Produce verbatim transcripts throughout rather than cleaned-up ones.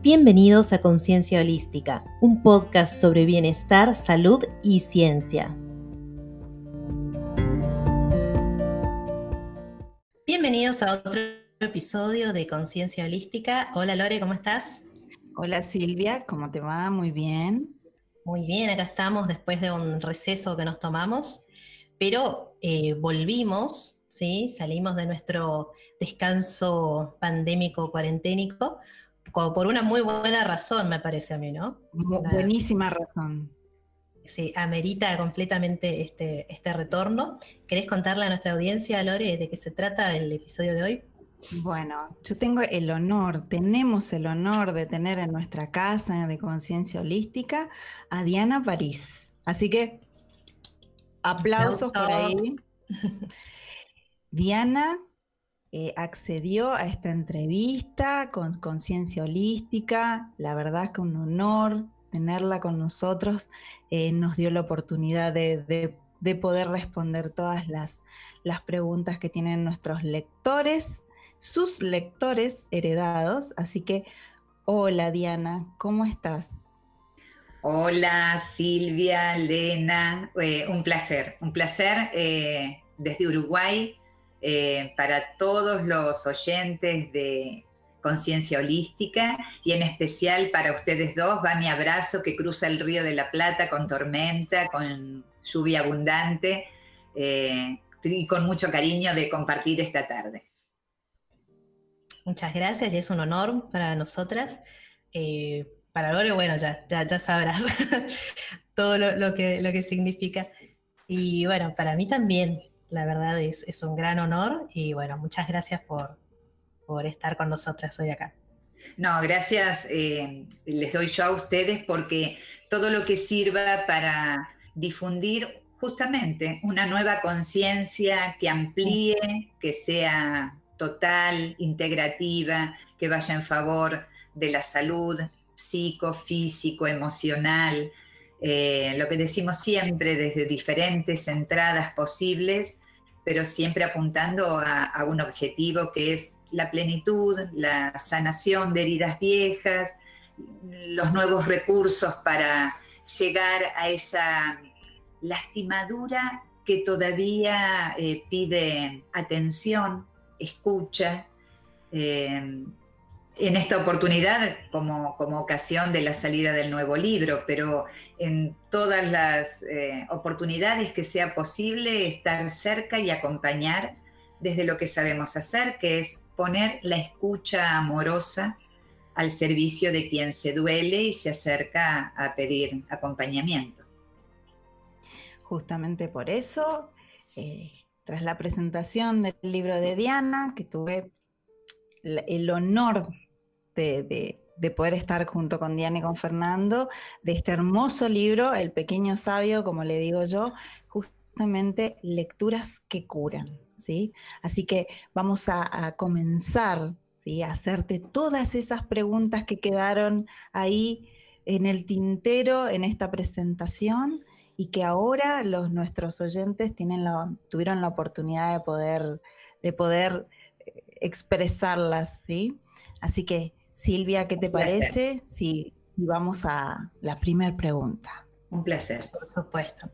Bienvenidos a Conciencia Holística, un podcast sobre bienestar, salud y ciencia. Bienvenidos a otro episodio de Conciencia Holística. Hola Lore, ¿cómo estás? Hola Silvia, ¿cómo te va? Muy bien. Muy bien, acá estamos después de un receso que nos tomamos, pero eh, volvimos, ¿sí? Salimos de nuestro descanso pandémico cuarenténico por una muy buena razón, me parece a mí, ¿no? Mu- Una, buenísima razón. Sí, amerita completamente este, este retorno. ¿Querés contarle a nuestra audiencia, Lore, de qué se trata el episodio de hoy? Bueno, yo tengo el honor, tenemos el honor de tener en nuestra casa de Conciencia Holística a Diana París. Así que aplausos por Aplausos. ahí. Diana eh, accedió a esta entrevista con Conciencia Holística. La verdad es que un honor tenerla con nosotros. Eh, nos dio la oportunidad de, de, de poder responder todas las, las preguntas que tienen nuestros lectores, sus lectores heredados. Así que, hola Diana, ¿cómo estás? Hola Silvia, Lena, eh, un placer, un placer eh, desde Uruguay eh, para todos los oyentes de Conciencia Holística y en especial para ustedes dos va mi abrazo que cruza el Río de la Plata con tormenta, con lluvia abundante eh, y con mucho cariño de compartir esta tarde. Muchas gracias y es un honor para nosotras. Eh, para Lore, bueno, ya, ya, ya sabrás todo lo, lo, que, lo que significa. Y bueno, para mí también, la verdad, es, es un gran honor y bueno, muchas gracias por, por estar con nosotras hoy acá. No, gracias eh, les doy yo a ustedes porque todo lo que sirva para difundir justamente una nueva conciencia que amplíe, que sea total, integrativa, que vaya en favor de la salud psico, físico, emocional, eh, lo que decimos siempre desde diferentes entradas posibles, pero siempre apuntando a, a un objetivo que es la plenitud, la sanación de heridas viejas, los nuevos recursos para llegar a esa lastimadura que todavía eh, pide atención, escucha. Eh, en esta oportunidad como, como ocasión de la salida del nuevo libro, pero en todas las eh, oportunidades que sea posible estar cerca y acompañar desde lo que sabemos hacer, que es poner la escucha amorosa al servicio de quien se duele y se acerca a pedir acompañamiento. Justamente por eso, eh, tras la presentación del libro de Diana, que tuve el honor de, de, de poder estar junto con Diana y con Fernando, de este hermoso libro, El Pequeño Sabio, como le digo yo, justamente lecturas que curan, ¿sí? Así que vamos a, a comenzar, ¿sí? A hacerte todas esas preguntas que quedaron ahí en el tintero en esta presentación y que ahora los, nuestros oyentes tienen la, tuvieron la oportunidad de poder, de poder expresarlas, ¿sí? Así que, Silvia, ¿qué te Un placer. parece si, si vamos a la primera pregunta? Un placer. Por supuesto.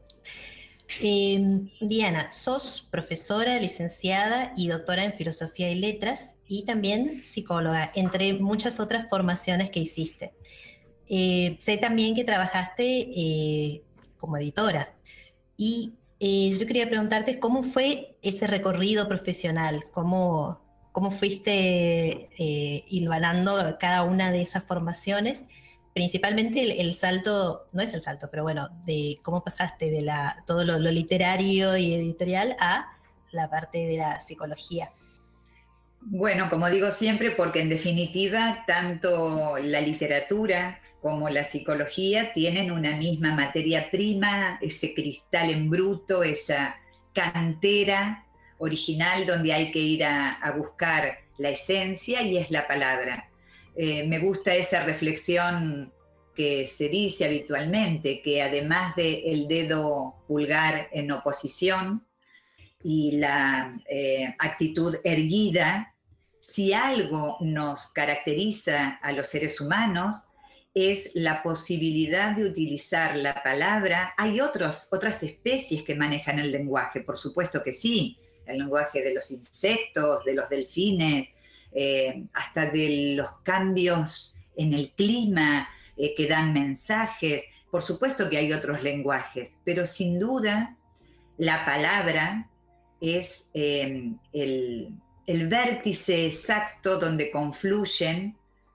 Eh, Diana, sos profesora, licenciada y doctora en Filosofía y Letras y también psicóloga, entre muchas otras formaciones que hiciste. Eh, sé también que trabajaste eh, como editora y eh, yo quería preguntarte cómo fue ese recorrido profesional, cómo, cómo fuiste eh, hilvanando cada una de esas formaciones, principalmente el, el salto, no es el salto, pero bueno, de cómo pasaste de la, todo lo, lo literario y editorial a la parte de la psicología. Bueno, como digo siempre, porque en definitiva tanto la literatura como la psicología tienen una misma materia prima, ese cristal en bruto, esa cantera original donde hay que ir a, a buscar la esencia y es la palabra. Eh, me gusta esa reflexión que se dice habitualmente, que además del dedo pulgar en oposición, y la eh, actitud erguida, si algo nos caracteriza a los seres humanos, es la posibilidad de utilizar la palabra. Hay otros, otras especies que manejan el lenguaje, por supuesto que sí, el lenguaje de los insectos, de los delfines, eh, hasta de los cambios en el clima eh, que dan mensajes. Por supuesto que hay otros lenguajes, pero sin duda la palabra es eh, el, el vértice exacto donde confluyen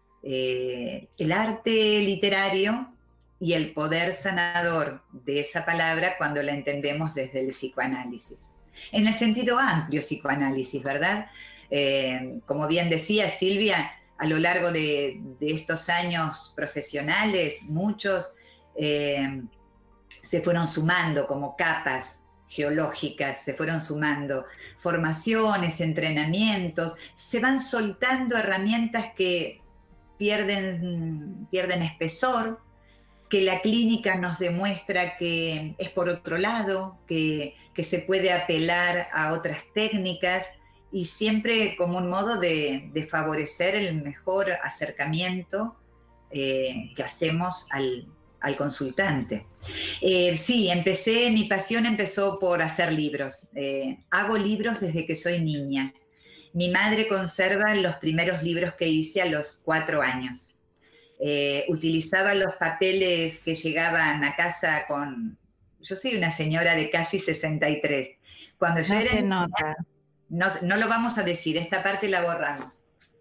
eh, el arte literario y el poder sanador de esa palabra cuando la entendemos desde el psicoanálisis. En el sentido amplio psicoanálisis, ¿verdad? Eh, como bien decía Silvia, a lo largo de, de estos años profesionales, muchos eh, se fueron sumando como capas geológicas, se fueron sumando formaciones, entrenamientos, se van soltando herramientas que pierden, pierden espesor, que la clínica nos demuestra que es por otro lado, que, que se puede apelar a otras técnicas y siempre como un modo de, de favorecer el mejor acercamiento eh, que hacemos al, al consultante. Eh, sí, empecé, mi pasión empezó por hacer libros. Eh, hago libros desde que soy niña. Mi madre conserva los primeros libros que hice a los cuatro años. Eh, utilizaba los papeles que llegaban a casa con... Yo soy una señora de casi sesenta y tres. Cuando yo no era se niña, nota. No, no lo vamos a decir, esta parte la borramos.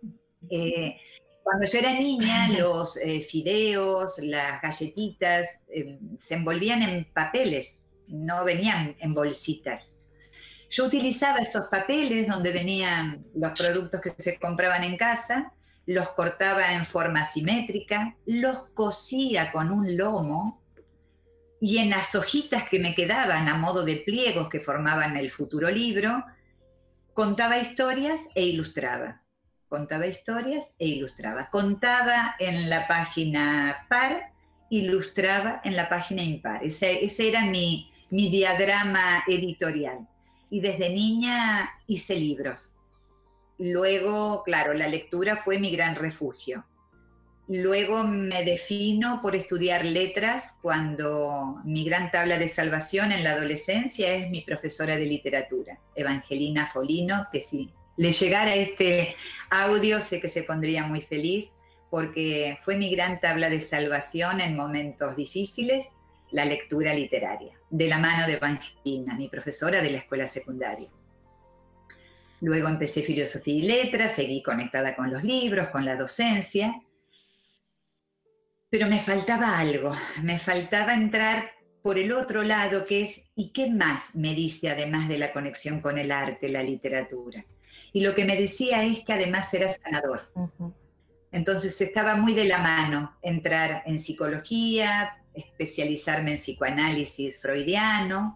Eh, cuando yo era niña, los eh, fideos, las galletitas, eh, se envolvían en papeles, no venían en bolsitas. Yo utilizaba esos papeles donde venían los productos que se compraban en casa, los cortaba en forma simétrica, los cosía con un lomo y en las hojitas que me quedaban a modo de pliegos que formaban el futuro libro, contaba historias e ilustraba. Contaba historias e ilustraba. Contaba en la página par, ilustraba en la página impar. Ese, ese era mi, mi diagrama editorial. Y desde niña hice libros. Luego, claro, la lectura fue mi gran refugio. Luego me defino por estudiar letras cuando mi gran tabla de salvación en la adolescencia es mi profesora de literatura, Evangelina Folino, que si le llegara este audio sé que se pondría muy feliz porque fue mi gran tabla de salvación en momentos difíciles, la lectura literaria, de la mano de Evangelina, mi profesora de la escuela secundaria. Luego empecé filosofía y letras, seguí conectada con los libros, con la docencia. Pero me faltaba algo, me faltaba entrar por el otro lado, que es, ¿y qué más me dice además de la conexión con el arte, la literatura? Y lo que me decía es que además era sanador. Uh-huh. Entonces estaba muy de la mano entrar en psicología, especializarme en psicoanálisis freudiano,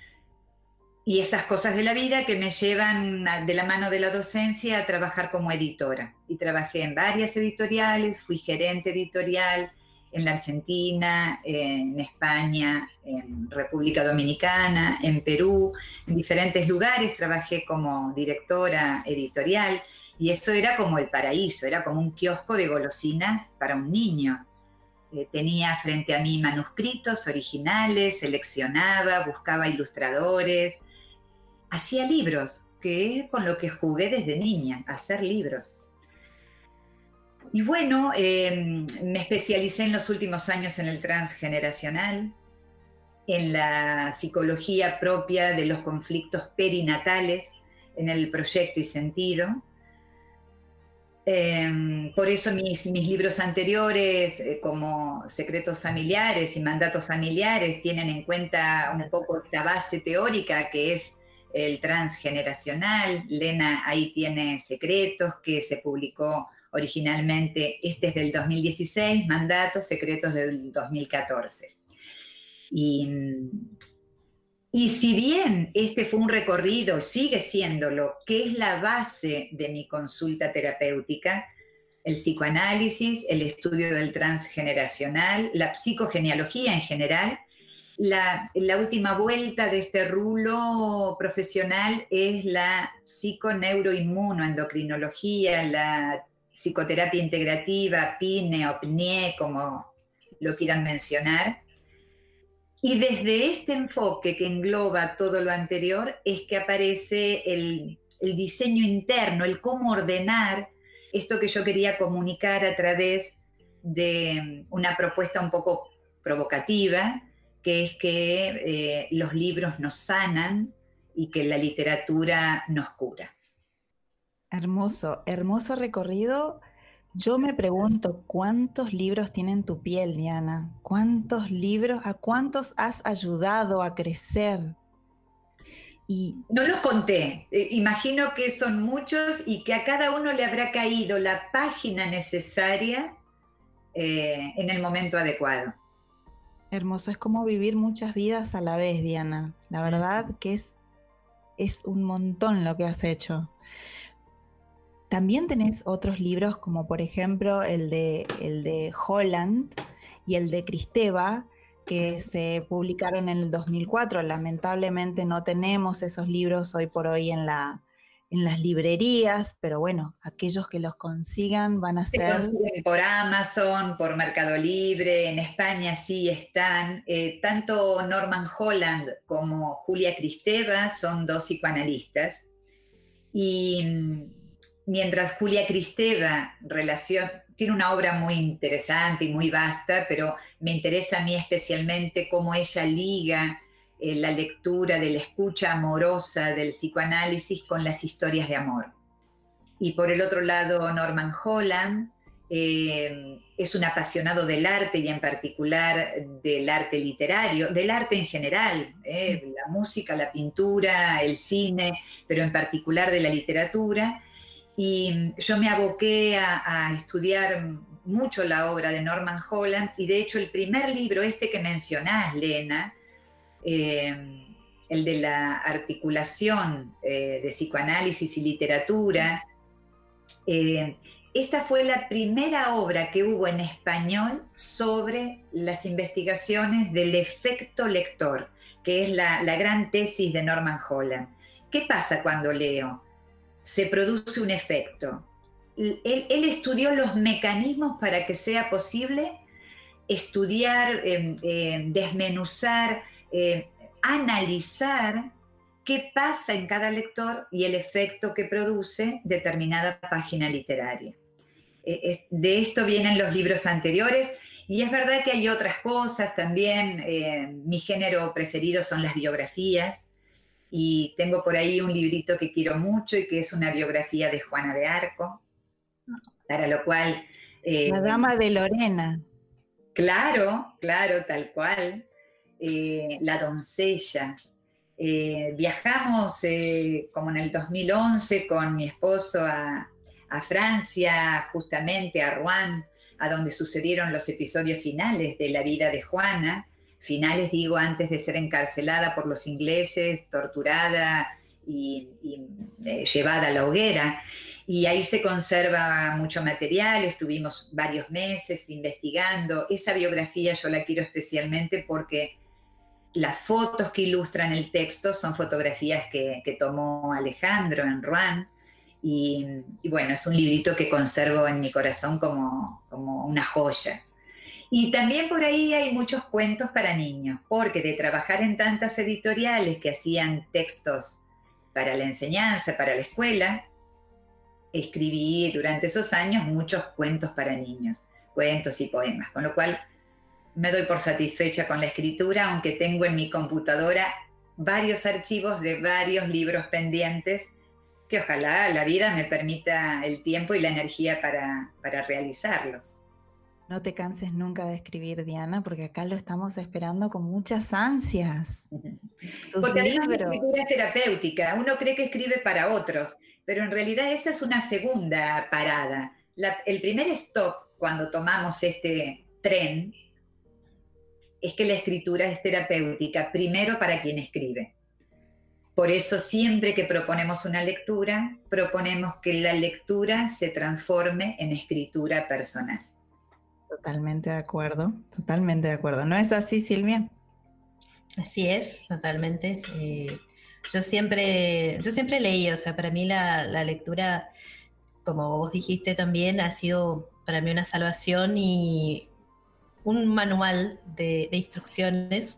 y esas cosas de la vida que me llevan de la mano de la docencia a trabajar como editora. Y trabajé en varias editoriales, fui gerente editorial, en la Argentina, en España, en República Dominicana, en Perú, en diferentes lugares. Trabajé como directora editorial y eso era como el paraíso, era como un kiosco de golosinas para un niño. Eh, tenía frente a mí manuscritos originales, seleccionaba, buscaba ilustradores, hacía libros, que es con lo que jugué desde niña, hacer libros. Y bueno, eh, me especialicé en los últimos años en el transgeneracional, en la psicología propia de los conflictos perinatales, en el proyecto y sentido. Eh, por eso mis, mis libros anteriores, eh, como Secretos Familiares y Mandatos Familiares, tienen en cuenta un poco esta base teórica que es el transgeneracional. Lena ahí tiene Secretos, que se publicó originalmente, este es del dos mil dieciséis, Mandatos, Secretos del dos mil catorce. Y, y si bien este fue un recorrido, sigue siéndolo, que es la base de mi consulta terapéutica, el psicoanálisis, el estudio del transgeneracional, la psicogenealogía en general, La, la última vuelta de este rulo profesional es la psiconeuroinmunoendocrinología, la psicoterapia integrativa, P I N E o P N I E, como lo quieran mencionar. Y desde este enfoque que engloba todo lo anterior es que aparece el, el diseño interno, el cómo ordenar esto que yo quería comunicar a través de una propuesta un poco provocativa, que es que eh, los libros nos sanan y que la literatura nos cura. Hermoso, hermoso recorrido. Yo me pregunto, ¿cuántos libros tiene en tu piel, Diana? ¿Cuántos libros, a cuántos has ayudado a crecer? Y no los conté, eh, imagino que son muchos y que a cada uno le habrá caído la página necesaria eh, en el momento adecuado. Hermoso, es como vivir muchas vidas a la vez, Diana. La verdad que es, es un montón lo que has hecho. También tenés otros libros como por ejemplo el de, el de Holland y el de Kristeva, que se publicaron en el dos mil cuatro. Lamentablemente no tenemos esos libros hoy por hoy en, la, en las librerías, pero bueno, aquellos que los consigan van a ser... Se consiguen por Amazon, por Mercado Libre, en España sí están. Eh, tanto Norman Holland como Julia Kristeva son dos psicoanalistas. Y mientras Julia Kristeva relaciona, tiene una obra muy interesante y muy vasta, pero me interesa a mí especialmente cómo ella liga eh, la lectura de la escucha amorosa del psicoanálisis con las historias de amor. Y por el otro lado, Norman Holland eh, es un apasionado del arte y en particular del arte literario, del arte en general, eh, la música, la pintura, el cine, pero en particular de la literatura. Y yo me aboqué a, a estudiar mucho la obra de Norman Holland y de hecho el primer libro este que mencionás, Lena, eh, el de la articulación eh, de psicoanálisis y literatura, eh, esta fue la primera obra que hubo en español sobre las investigaciones del efecto lector, que es la, la gran tesis de Norman Holland. ¿Qué pasa cuando leo? Se produce un efecto. Él, él estudió los mecanismos para que sea posible estudiar, eh, eh, desmenuzar, eh, analizar qué pasa en cada lector y el efecto que produce determinada página literaria. Eh, de esto vienen los libros anteriores y es verdad que hay otras cosas también. Eh, mi género preferido son las biografías. Y tengo por ahí un librito que quiero mucho y que es una biografía de Juana de Arco, para lo cual... Eh, la dama de Lorena. Claro, claro, tal cual. Eh, la doncella. Eh, viajamos eh, como en el dos mil once con mi esposo a, a Francia, justamente a Rouen, a donde sucedieron los episodios finales de la vida de Juana. Finales, digo, antes de ser encarcelada por los ingleses, torturada y, y eh, llevada a la hoguera. Y ahí se conserva mucho material, estuvimos varios meses investigando. Esa biografía yo la quiero especialmente porque las fotos que ilustran el texto son fotografías que, que tomó Alejandro en Rouen. Y, y bueno, es un librito que conservo en mi corazón como, como una joya. Y también por ahí hay muchos cuentos para niños, porque de trabajar en tantas editoriales que hacían textos para la enseñanza, para la escuela, escribí durante esos años muchos cuentos para niños, cuentos y poemas, con lo cual me doy por satisfecha con la escritura, aunque tengo en mi computadora varios archivos de varios libros pendientes que ojalá la vida me permita el tiempo y la energía para, para realizarlos. No te canses nunca de escribir, Diana, porque acá lo estamos esperando con muchas ansias. Porque además la escritura es terapéutica. Uno cree que escribe para otros, pero en realidad esa es una segunda parada. La, el primer stop cuando tomamos este tren es que la escritura es terapéutica, primero para quien escribe. Por eso siempre que proponemos una lectura, proponemos que la lectura se transforme en escritura personal. Totalmente de acuerdo, totalmente de acuerdo. ¿No es así, Silvia? Así es, totalmente. Eh, yo siempre, yo siempre leí, o sea, para mí la, la lectura, como vos dijiste también, ha sido para mí una salvación y un manual de, de instrucciones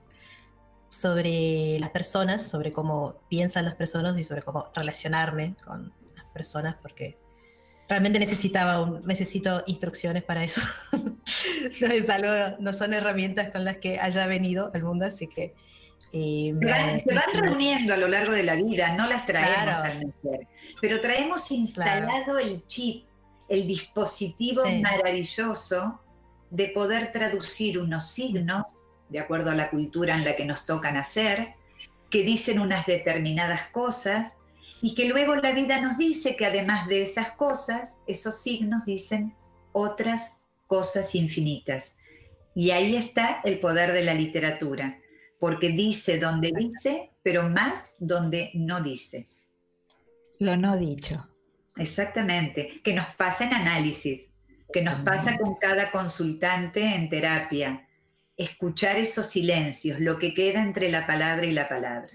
sobre las personas, sobre cómo piensan las personas y sobre cómo relacionarme con las personas, porque realmente necesitaba un, necesito instrucciones para eso. No es algo, no son herramientas con las que haya venido al mundo, así que eh, Se van, me, se me van sirve. reuniendo a lo largo de la vida, no las traemos Claro, al nacer, pero traemos claro, instalado el chip, el dispositivo sí, maravilloso de poder traducir unos signos, de acuerdo a la cultura en la que nos toca nacer, que dicen unas determinadas cosas y que luego la vida nos dice que además de esas cosas, esos signos dicen otras cosas infinitas. Y ahí está el poder de la literatura, porque dice donde exacto. dice, pero más donde no dice. Lo no dicho. Exactamente, que nos pasa en análisis, que nos pasa con cada consultante en terapia. Escuchar esos silencios, lo que queda entre la palabra y la palabra.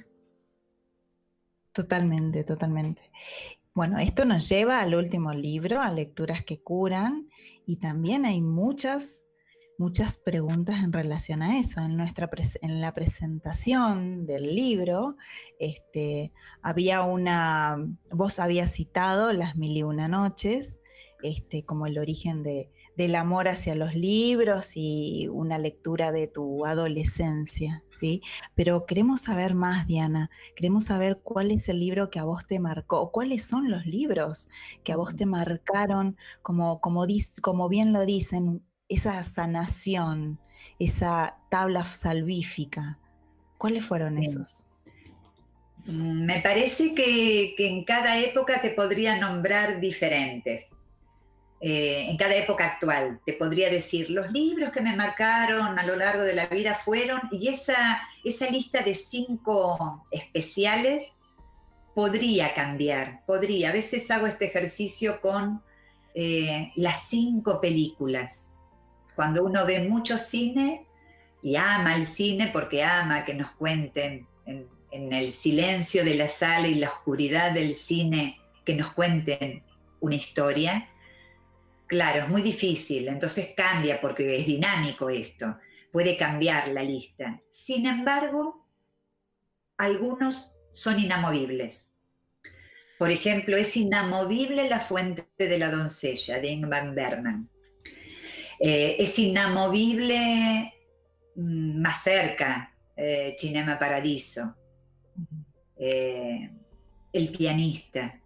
Totalmente, totalmente. Bueno, esto nos lleva al último libro, a Lecturas que Curan, y también hay muchas, muchas preguntas en relación a eso. En, nuestra pres- en la presentación del libro, este, había una, vos habías citado Las Mil y Una Noches, este, como el origen de, del amor hacia los libros y una lectura de tu adolescencia, ¿sí? Pero queremos saber más, Diana. Queremos saber cuál es el libro que a vos te marcó, o cuáles son los libros que a vos te marcaron, como, como, dis, como bien lo dicen, esa sanación, esa tabla salvífica. ¿Cuáles fueron Bien. esos? Me parece que, que en cada época te podría nombrar diferentes. Eh, en cada época actual. Te podría decir, los libros que me marcaron a lo largo de la vida fueron, y esa, esa lista de cinco especiales podría cambiar, podría. A veces hago este ejercicio con eh, las cinco películas. Cuando uno ve mucho cine y ama el cine porque ama que nos cuenten en, en el silencio de la sala y la oscuridad del cine, que nos cuenten una historia. Claro, es muy difícil, entonces cambia porque es dinámico esto, puede cambiar la lista. Sin embargo, algunos son inamovibles. Por ejemplo, es inamovible La Fuente de la Doncella, de Ingmar Bergman. Eh, es inamovible mm, Más cerca, eh, Cinema Paradiso. Eh, El pianista.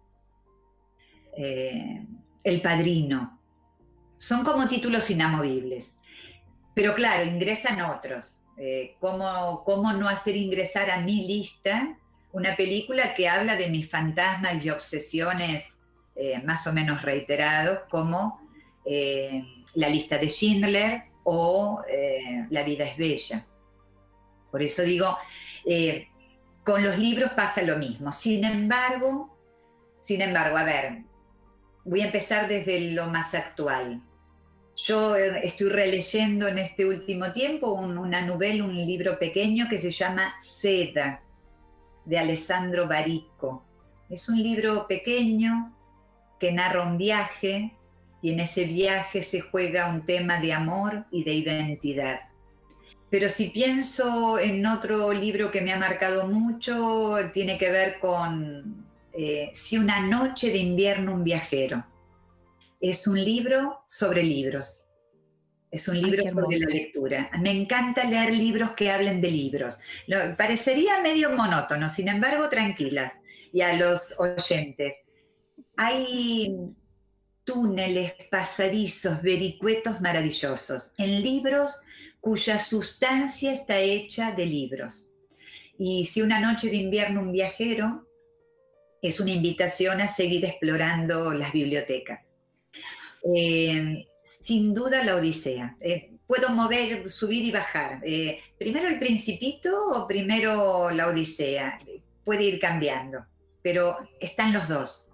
Eh, El Padrino. Son como títulos inamovibles. Pero claro, ingresan otros. Eh, ¿cómo, ¿Cómo no hacer ingresar a mi lista una película que habla de mis fantasmas y obsesiones eh, más o menos reiterados, como eh, La lista de Schindler o eh, La vida es bella? Por eso digo, eh, con los libros pasa lo mismo. Sin embargo, sin embargo, a ver, voy a empezar desde lo más actual. Yo estoy releyendo en este último tiempo un, una novela, un libro pequeño que se llama Seda, de Alessandro Baricco. Es un libro pequeño que narra un viaje y en ese viaje se juega un tema de amor y de identidad. Pero si pienso en otro libro que me ha marcado mucho, tiene que ver con eh, Si una noche de invierno un viajero. Es un libro sobre libros. Es un Ay, libro qué sobre la hermoso. lectura. Me encanta leer libros que hablen de libros. Lo, parecería medio monótono, sin embargo, tranquilas. Y a los oyentes, hay túneles, pasadizos, vericuetos maravillosos en libros cuya sustancia está hecha de libros. Y Si una noche de invierno un viajero es una invitación a seguir explorando las bibliotecas. Eh, sin duda la Odisea. Eh, puedo mover, subir y bajar. Eh, primero el Principito o primero la Odisea. Puede ir cambiando, pero están los dos.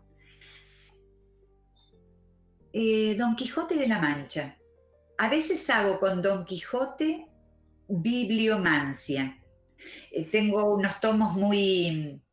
Eh, Don Quijote de la Mancha. A veces hago con Don Quijote bibliomancia. Eh, tengo unos tomos muy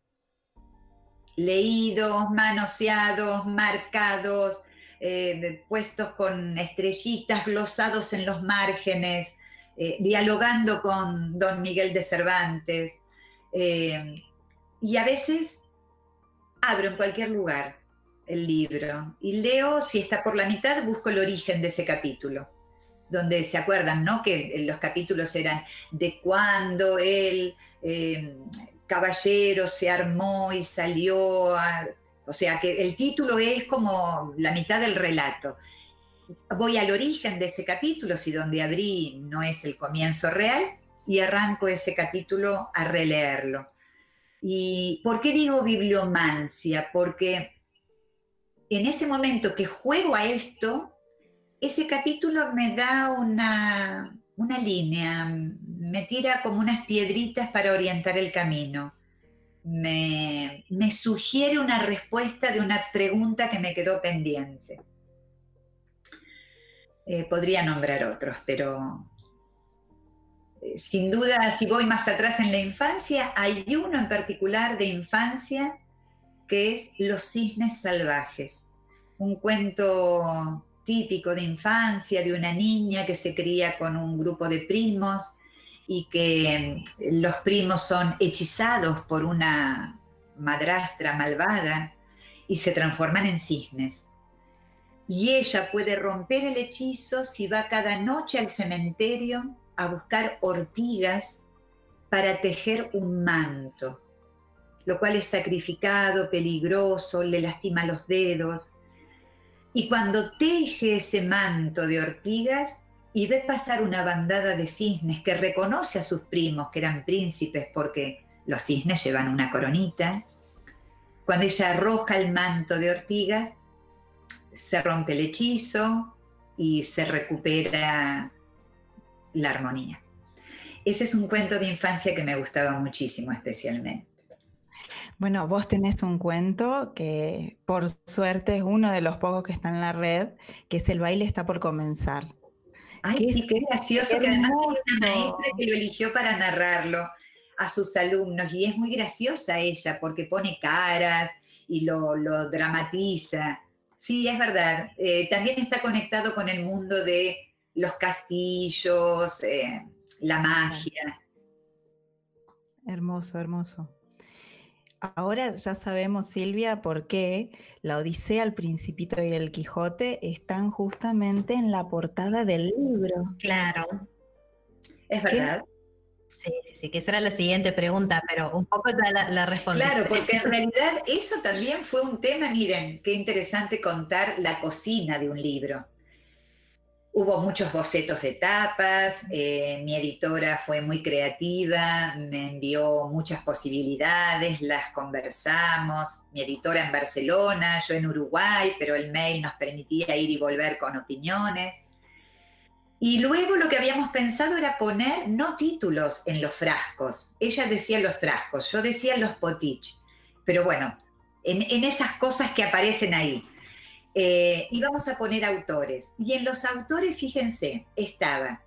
leídos, manoseados, marcados, eh, puestos con estrellitas, glosados en los márgenes, eh, dialogando con don Miguel de Cervantes. Eh, y a veces abro en cualquier lugar el libro y leo, si está por la mitad, busco el origen de ese capítulo, donde se acuerdan, ¿no?, que los capítulos eran de cuando el eh, caballero se armó y salió, a, o sea, que el título es como la mitad del relato. Voy al origen de ese capítulo, si donde abrí no es el comienzo real, y arranco ese capítulo a releerlo. ¿Y por qué digo bibliomancia? Porque en ese momento que juego a esto, ese capítulo me da una, una línea, me tira como unas piedritas para orientar el camino. Me, me sugiere una respuesta de una pregunta que me quedó pendiente. Eh, podría nombrar otros, pero eh, sin duda, si voy más atrás en la infancia, hay uno en particular de infancia que es Los cisnes salvajes, un cuento típico de infancia de una niña que se cría con un grupo de primos y que los primos son hechizados por una madrastra malvada y se transforman en cisnes. Y ella puede romper el hechizo si va cada noche al cementerio a buscar ortigas para tejer un manto, lo cual es sacrificado, peligroso, le lastima los dedos. Y cuando teje ese manto de ortigas y ve pasar una bandada de cisnes que reconoce a sus primos, que eran príncipes porque los cisnes llevan una coronita, cuando ella arroja el manto de ortigas, se rompe el hechizo y se recupera la armonía. Ese es un cuento de infancia que me gustaba muchísimo especialmente. Bueno, vos tenés un cuento que por suerte es uno de los pocos que está en la red, que es El baile está por comenzar. Ay, que sí, es, qué gracioso, qué que además tenía una hermoso. maestra que lo eligió para narrarlo a sus alumnos, y es muy graciosa ella, porque pone caras y lo, lo dramatiza. Sí, es verdad. Eh, también está conectado con el mundo de los castillos, eh, la magia. Hermoso, hermoso. Ahora ya sabemos, Silvia, por qué la Odisea, el Principito y el Quijote están justamente en la portada del libro. Claro. Es verdad. Sí, sí, sí, que esa era la siguiente pregunta, pero un poco ya la, la respondiste. Claro, porque en realidad eso también fue un tema, miren, qué interesante contar la cocina de un libro. Hubo muchos bocetos de tapas, eh, mi editora fue muy creativa, me envió muchas posibilidades, las conversamos, mi editora en Barcelona, yo en Uruguay, pero el mail nos permitía ir y volver con opiniones. Y luego lo que habíamos pensado era poner no títulos en los frascos. Ella decía los frascos, yo decía los potich. Pero bueno, en, en esas cosas que aparecen ahí. Eh, íbamos a poner autores. Y en los autores, fíjense, estaba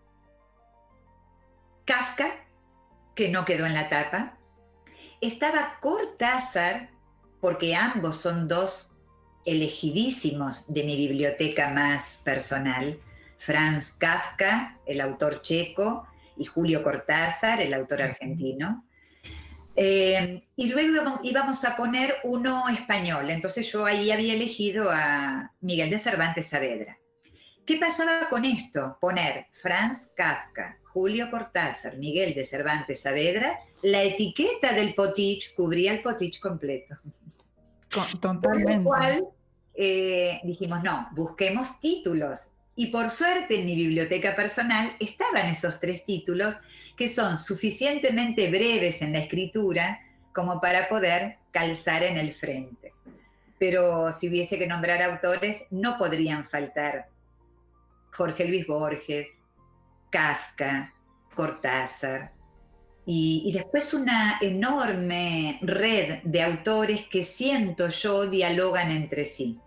Kafka, que no quedó en la tapa. Estaba Cortázar, porque ambos son dos elegidísimos de mi biblioteca más personal. Franz Kafka, el autor checo, y Julio Cortázar, el autor argentino. Eh, y luego íbamos a poner uno español, entonces yo ahí había elegido a Miguel de Cervantes Saavedra. ¿Qué pasaba con esto? Poner Franz Kafka, Julio Cortázar, Miguel de Cervantes Saavedra, la etiqueta del potich cubría el potich completo. Totalmente. Por lo cual eh, dijimos, no, busquemos títulos. Y por suerte en mi biblioteca personal estaban esos tres títulos que son suficientemente breves en la escritura como para poder calzar en el frente. Pero si hubiese que nombrar autores, no podrían faltar Jorge Luis Borges, Kafka, Cortázar, y, y después una enorme red de autores que siento yo dialogan entre sí.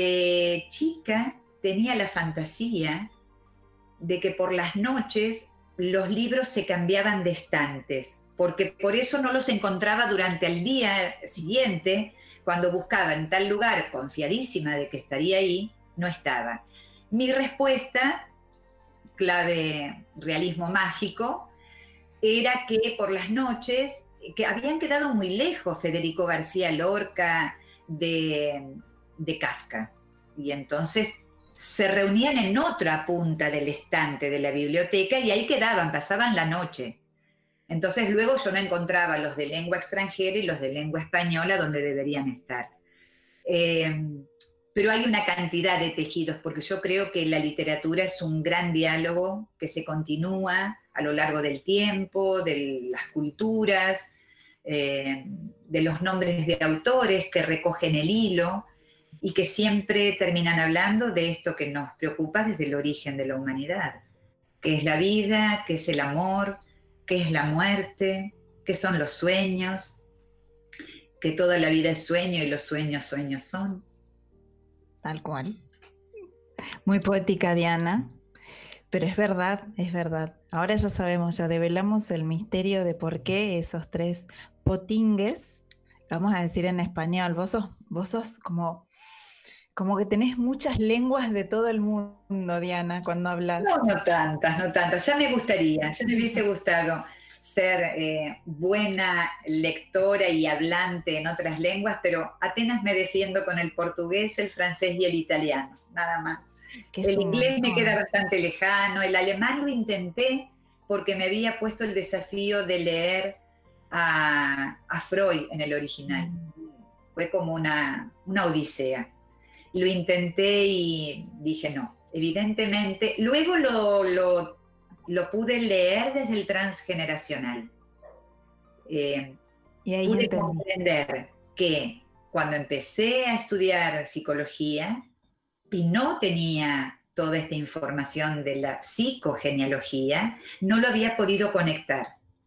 De chica tenía la fantasía de que por las noches los libros se cambiaban de estantes, porque por eso no los encontraba durante el día siguiente. Cuando buscaba en tal lugar, confiadísima de que estaría ahí, no estaba. Mi respuesta, clave realismo mágico, era que por las noches, que habían quedado muy lejos Federico García Lorca de, de Kafka, y entonces se reunían en otra punta del estante de la biblioteca y ahí quedaban, pasaban la noche. Entonces luego yo no encontraba los de lengua extranjera y los de lengua española donde deberían estar. Eh, pero hay una cantidad de tejidos, porque yo creo que la literatura es un gran diálogo que se continúa a lo largo del tiempo, de las culturas, eh, de los nombres de autores que recogen el hilo y que siempre terminan hablando de esto que nos preocupa desde el origen de la humanidad, que es la vida, que es el amor, qué es la muerte, qué son los sueños, que toda la vida es sueño y los sueños sueños son. Tal cual. Muy poética, Diana, pero es verdad, es verdad. Ahora ya sabemos, ya develamos el misterio de por qué esos tres potingues, vamos a decir en español, vos sos, vos sos como, como que tenés muchas lenguas de todo el mundo, Diana, cuando hablas. No, no tantas, no tantas. Ya me gustaría, ya me hubiese gustado ser eh, buena lectora y hablante en otras lenguas, pero apenas me defiendo con el portugués, el francés y el italiano, nada más. El inglés me queda bastante lejano, el alemán lo intenté porque me había puesto el desafío de leer a, a Freud en el original. Fue como una, una odisea. Lo intenté y dije no, evidentemente. Luego lo, lo, lo pude leer desde el transgeneracional. Eh, y ahí pude entendí. comprender que cuando empecé a estudiar psicología y no tenía toda esta información de la psicogenealogía, no lo había podido conectar.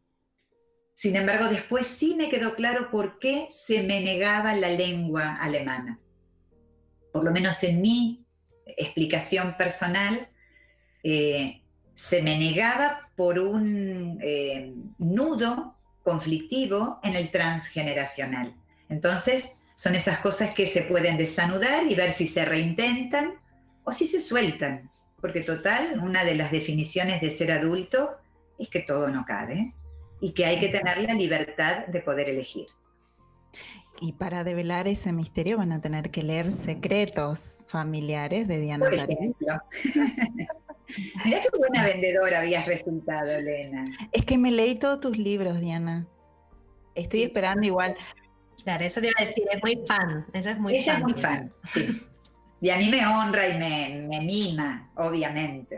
Sin embargo, después sí me quedó claro por qué se me negaba la lengua alemana. Por lo menos en mi explicación personal, eh, se me negaba por un eh, nudo conflictivo en el transgeneracional. Entonces, son esas cosas que se pueden desanudar y ver si se reintentan o si se sueltan. Porque total, una de las definiciones de ser adulto es que todo no cabe y que hay que tener la libertad de poder elegir. Y para develar ese misterio van a tener que leer Secretos familiares de Diana Por París. ejemplo. Mirá qué buena vendedora habías resultado, Elena. Es que me leí todos tus libros, Diana. Estoy Sí. esperando igual. Claro, eso te iba a decir, es muy fan. Ella es muy Ella fan. es muy fan, sí. Y a mí me honra y me, me mima, obviamente.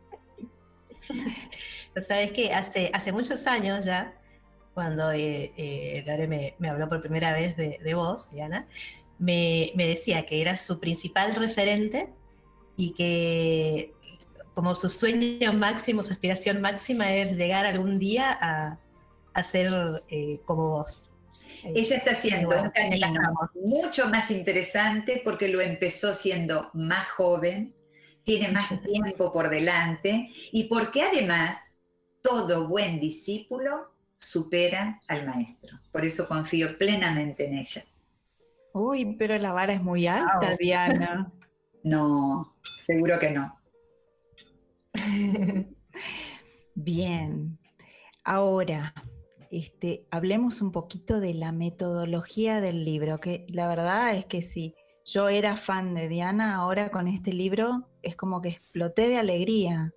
Sabes que hace, hace muchos años ya, cuando eh, eh, Lore me, me habló por primera vez de, de vos, Diana, me, me decía que era su principal referente y que como su sueño máximo, su aspiración máxima es llegar algún día a, a ser eh, como vos. Ella está haciendo bueno, un camino mucho más interesante porque lo empezó siendo más joven, tiene más tiempo por delante y porque además todo buen discípulo supera al maestro. Por eso confío plenamente en ella. Uy, pero la vara es muy alta, wow. Diana. No, seguro que no. Bien. Ahora, este, hablemos un poquito de la metodología del libro, que la verdad es que sí, yo era fan de Diana, ahora con este libro es como que exploté de alegría.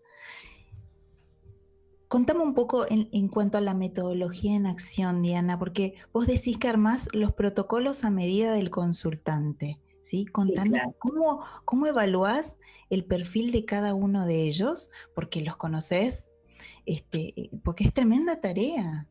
Contame un poco en, en cuanto a la metodología en acción, Diana, porque vos decís que armás los protocolos a medida del consultante, ¿sí? Contanos, sí, claro. ¿cómo, cómo evaluás el perfil de cada uno de ellos? Porque los conocés, este, porque es tremenda tarea.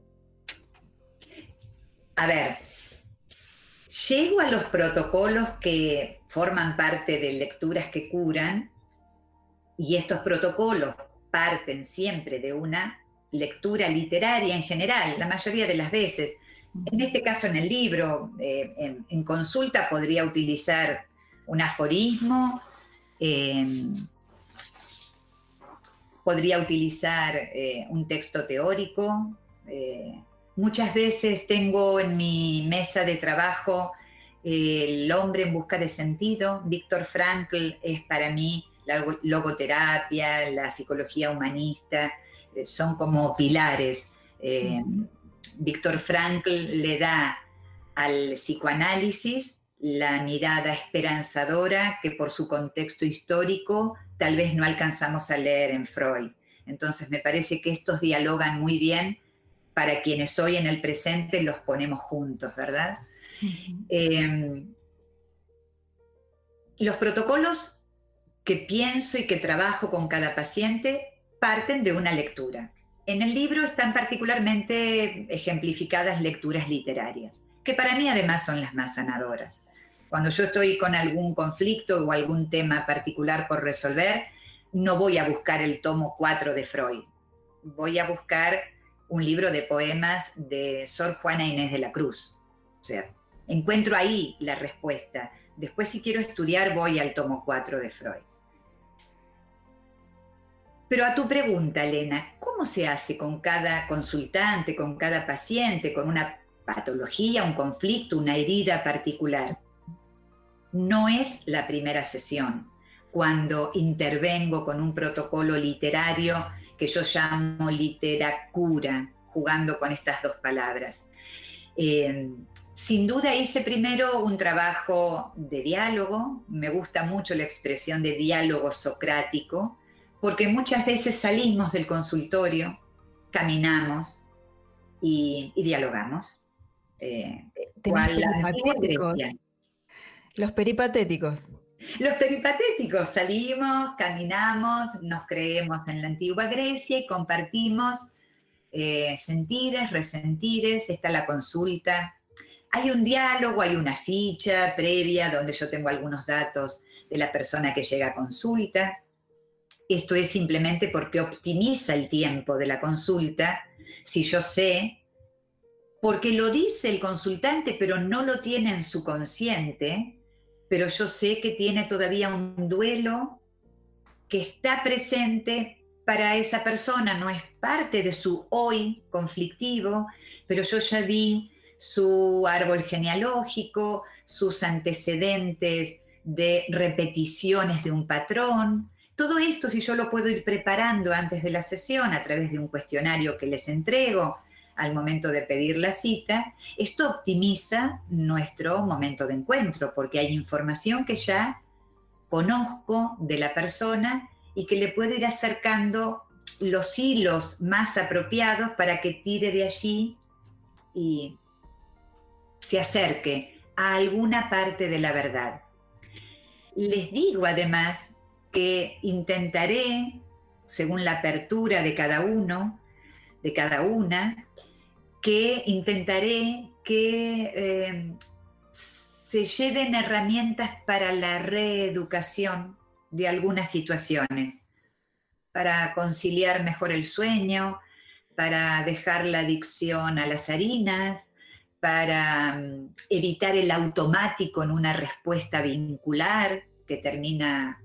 A ver, llego a los protocolos que forman parte de lecturas que curan, y estos protocolos parten siempre de una lectura literaria en general, la mayoría de las veces. En este caso, en el libro, eh, en, en consulta podría utilizar un aforismo, eh, podría utilizar eh, un texto teórico. Eh, muchas veces tengo en mi mesa de trabajo eh, El hombre en busca de sentido. Viktor Frankl es para mí la logoterapia, la psicología humanista, eh, son como pilares. Eh, uh-huh. Viktor Frankl le da al psicoanálisis la mirada esperanzadora que por su contexto histórico tal vez no alcanzamos a leer en Freud. Entonces me parece que estos dialogan muy bien para quienes hoy en el presente los ponemos juntos, ¿verdad? Uh-huh. Eh, los protocolos que pienso y que trabajo con cada paciente parten de una lectura. En el libro están particularmente ejemplificadas lecturas literarias, que para mí además son las más sanadoras. Cuando yo estoy con algún conflicto o algún tema particular por resolver, no voy a buscar el tomo cuatro de Freud. Voy a buscar un libro de poemas de Sor Juana Inés de la Cruz. O sea, encuentro ahí la respuesta. Después, si quiero estudiar, voy al tomo cuatro de Freud. Pero a tu pregunta, Elena, ¿cómo se hace con cada consultante, con cada paciente, con una patología, un conflicto, una herida particular? No es la primera sesión cuando intervengo con un protocolo literario que yo llamo literacura, jugando con estas dos palabras. Eh, sin duda hice primero un trabajo de diálogo. Me gusta mucho la expresión de diálogo socrático, porque muchas veces salimos del consultorio, caminamos y, y dialogamos. Eh, ¿Cuál la Grecia? Los peripatéticos. Los peripatéticos, salimos, caminamos, nos creemos en la antigua Grecia y compartimos eh, sentires, resentires, está la consulta. Hay un diálogo, hay una ficha previa donde yo tengo algunos datos de la persona que llega a consulta. Esto es simplemente porque optimiza el tiempo de la consulta, si yo sé, porque lo dice el consultante, pero no lo tiene en su consciente, pero yo sé que tiene todavía un duelo que está presente para esa persona, no es parte de su hoy conflictivo, pero yo ya vi su árbol genealógico, sus antecedentes de repeticiones de un patrón. Todo esto, si yo lo puedo ir preparando antes de la sesión a través de un cuestionario que les entrego al momento de pedir la cita, esto optimiza nuestro momento de encuentro, porque hay información que ya conozco de la persona y que le puedo ir acercando los hilos más apropiados para que tire de allí y se acerque a alguna parte de la verdad. Les digo además que intentaré, según la apertura de cada uno, de cada una, que intentaré que eh, se lleven herramientas para la reeducación de algunas situaciones, para conciliar mejor el sueño, para dejar la adicción a las harinas, para um, evitar el automático en una respuesta vincular que termina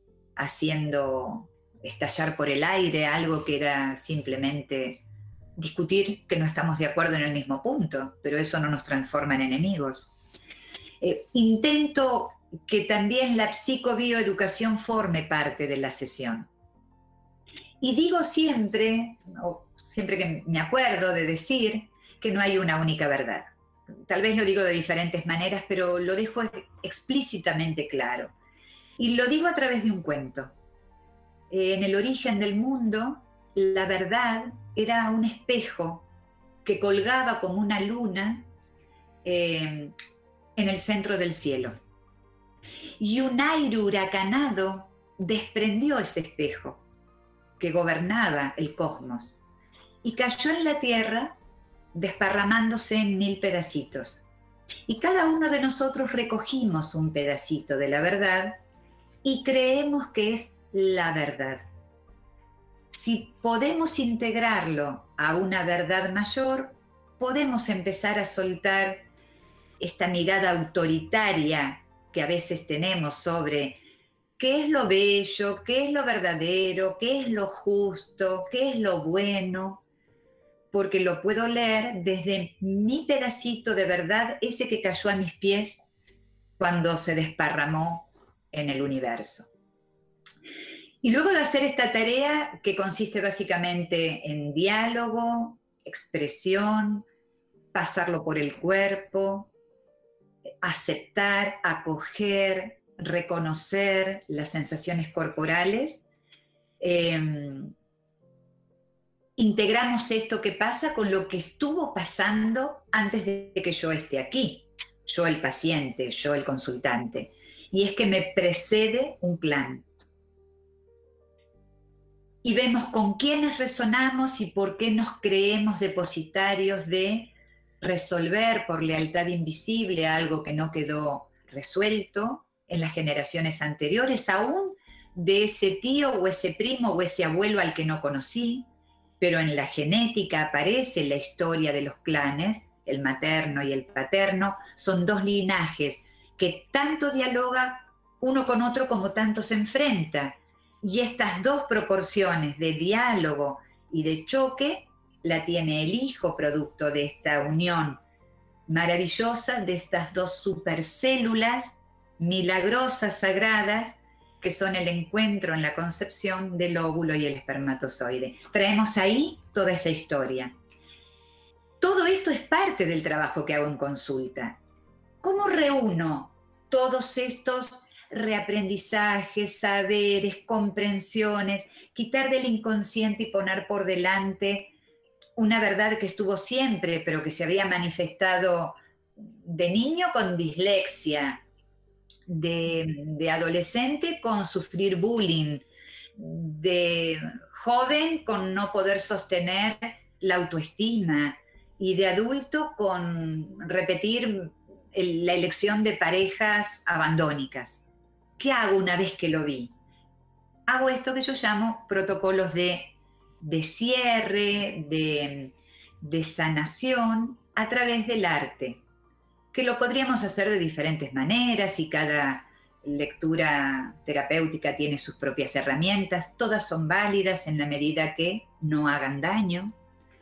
haciendo estallar por el aire algo que era simplemente discutir que no estamos de acuerdo en el mismo punto, pero eso no nos transforma en enemigos. Eh, intento que también la psicobioeducación forme parte de la sesión. Y digo siempre, o siempre que me acuerdo de decir, que no hay una única verdad. Tal vez lo digo de diferentes maneras, pero lo dejo explícitamente claro. Y lo digo a través de un cuento. Eh, en el origen del mundo, la verdad era un espejo que colgaba como una luna eh, en el centro del cielo. Y un aire huracanado desprendió ese espejo que gobernaba el cosmos y cayó en la tierra desparramándose en mil pedacitos. Y cada uno de nosotros recogimos un pedacito de la verdad y creemos que es la verdad. Si podemos integrarlo a una verdad mayor, podemos empezar a soltar esta mirada autoritaria que a veces tenemos sobre qué es lo bello, qué es lo verdadero, qué es lo justo, qué es lo bueno, porque lo puedo leer desde mi pedacito de verdad, ese que cayó a mis pies cuando se desparramó en el universo. Y luego de hacer esta tarea, que consiste básicamente en diálogo, expresión, pasarlo por el cuerpo, aceptar, acoger, reconocer las sensaciones corporales, eh, integramos esto que pasa con lo que estuvo pasando antes de que yo esté aquí, yo el paciente, yo el consultante, y es que me precede un plan. Y vemos con quiénes resonamos y por qué nos creemos depositarios de resolver por lealtad invisible algo que no quedó resuelto en las generaciones anteriores, aún de ese tío o ese primo o ese abuelo al que no conocí, pero en la genética aparece la historia de los clanes, el materno y el paterno, son dos linajes que tanto dialogan uno con otro como tanto se enfrentan. Y estas dos proporciones de diálogo y de choque la tiene el hijo producto de esta unión maravillosa de estas dos supercélulas milagrosas, sagradas, que son el encuentro en la concepción del óvulo y el espermatozoide. Traemos ahí toda esa historia. Todo esto es parte del trabajo que hago en consulta. ¿Cómo reúno todos estos reaprendizajes, saberes, comprensiones, quitar del inconsciente y poner por delante una verdad que estuvo siempre, pero que se había manifestado de niño con dislexia, de, de adolescente con sufrir bullying, de joven con no poder sostener la autoestima y de adulto con repetir el, la elección de parejas abandónicas? ¿Qué hago una vez que lo vi? Hago esto que yo llamo protocolos de, de cierre, de, de sanación a través del arte, que lo podríamos hacer de diferentes maneras y cada lectura terapéutica tiene sus propias herramientas, todas son válidas en la medida que no hagan daño.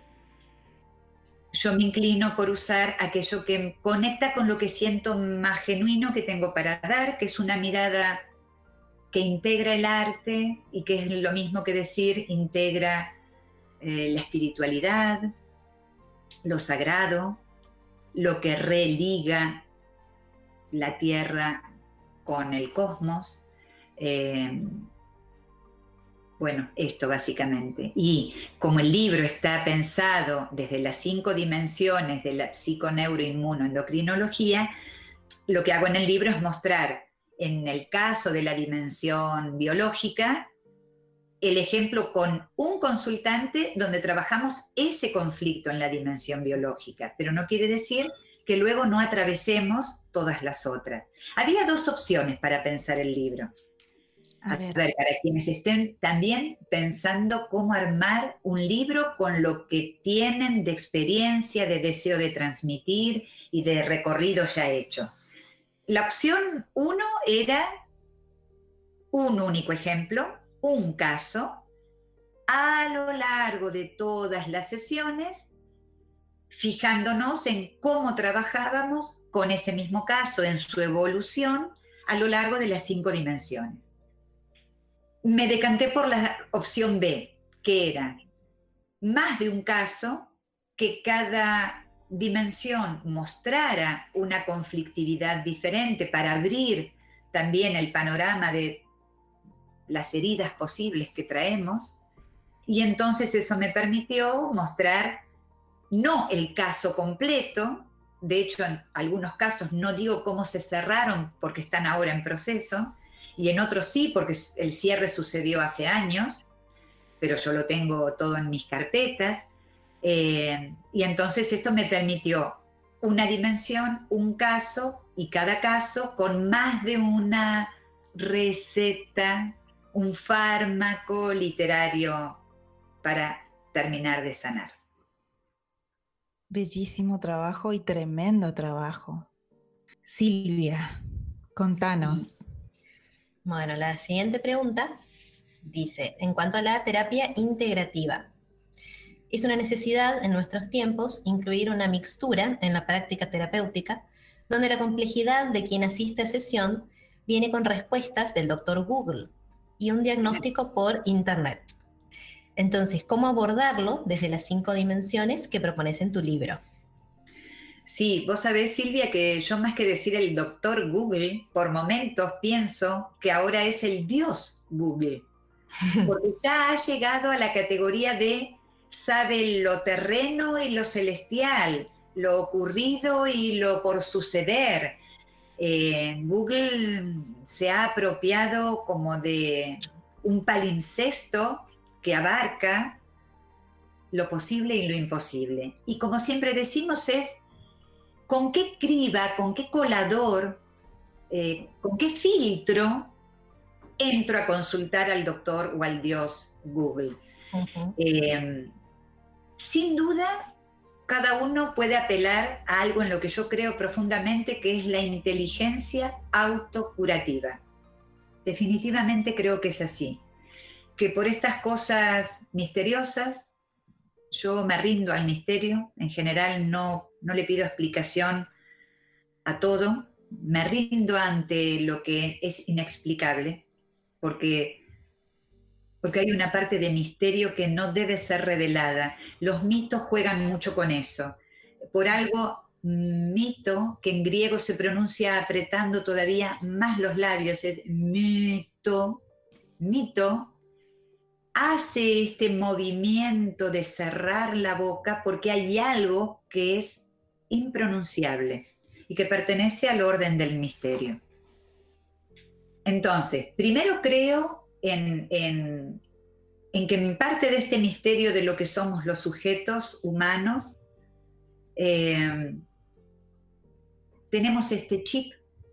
Yo me inclino por usar aquello que conecta con lo que siento más genuino que tengo para dar, que es una mirada que integra el arte y que es lo mismo que decir integra eh, la espiritualidad, lo sagrado, lo que religa la tierra con el cosmos. Eh, Bueno, esto básicamente. Y como el libro está pensado desde las cinco dimensiones de la psiconeuroinmunoendocrinología, lo que hago en el libro es mostrar, en el caso de la dimensión biológica, el ejemplo con un consultante donde trabajamos ese conflicto en la dimensión biológica, pero no quiere decir que luego no atravesemos todas las otras. Había dos opciones para pensar el libro. A ver. A ver, para quienes estén también pensando cómo armar un libro con lo que tienen de experiencia, de deseo de transmitir y de recorrido ya hecho. La opción uno era un único ejemplo, un caso, a lo largo de todas las sesiones, fijándonos en cómo trabajábamos con ese mismo caso, en su evolución, a lo largo de las cinco dimensiones. Me decanté por la opción B, que era más de un caso, que cada dimensión mostrara una conflictividad diferente para abrir también el panorama de las heridas posibles que traemos, y entonces eso me permitió mostrar no el caso completo, de hecho en algunos casos no digo cómo se cerraron porque están ahora en proceso, y en otros sí, porque el cierre sucedió hace años, pero yo lo tengo todo en mis carpetas. Eh, y entonces esto me permitió una dimensión, un caso, y cada caso con más de una receta, un fármaco literario para terminar de sanar. Bellísimo trabajo y tremendo trabajo. Silvia, contanos. Sí. Bueno, la siguiente pregunta dice, en cuanto a la terapia integrativa, es una necesidad en nuestros tiempos incluir una mixtura en la práctica terapéutica, donde la complejidad de quien asiste a sesión viene con respuestas del doctor Google y un diagnóstico por Internet. Entonces, ¿cómo abordarlo desde las cinco dimensiones que propones en tu libro? Sí, vos sabés, Silvia, que yo más que decir el doctor Google, por momentos pienso que ahora es el Dios Google, porque ya ha llegado a la categoría de sabe lo terreno y lo celestial, lo ocurrido y lo por suceder. Eh, Google se ha apropiado como de un palimpsesto que abarca lo posible y lo imposible. Y como siempre decimos es con qué criba, con qué colador, eh, con qué filtro entro a consultar al doctor o al Dios Google. Uh-huh. Eh, sin duda, cada uno puede apelar a algo en lo que yo creo profundamente, que es la inteligencia autocurativa. Definitivamente creo que es así. Que por estas cosas misteriosas, yo me rindo al misterio. En general no, no le pido explicación a todo. Me rindo ante lo que es inexplicable, porque... porque hay una parte de misterio que no debe ser revelada. Los mitos juegan mucho con eso. Por algo, mito, que en griego se pronuncia apretando todavía más los labios, es mito, mito, hace este movimiento de cerrar la boca porque hay algo que es impronunciable y que pertenece al orden del misterio. Entonces, primero creo En, en, en que en parte de este misterio de lo que somos los sujetos humanos, eh, tenemos este chip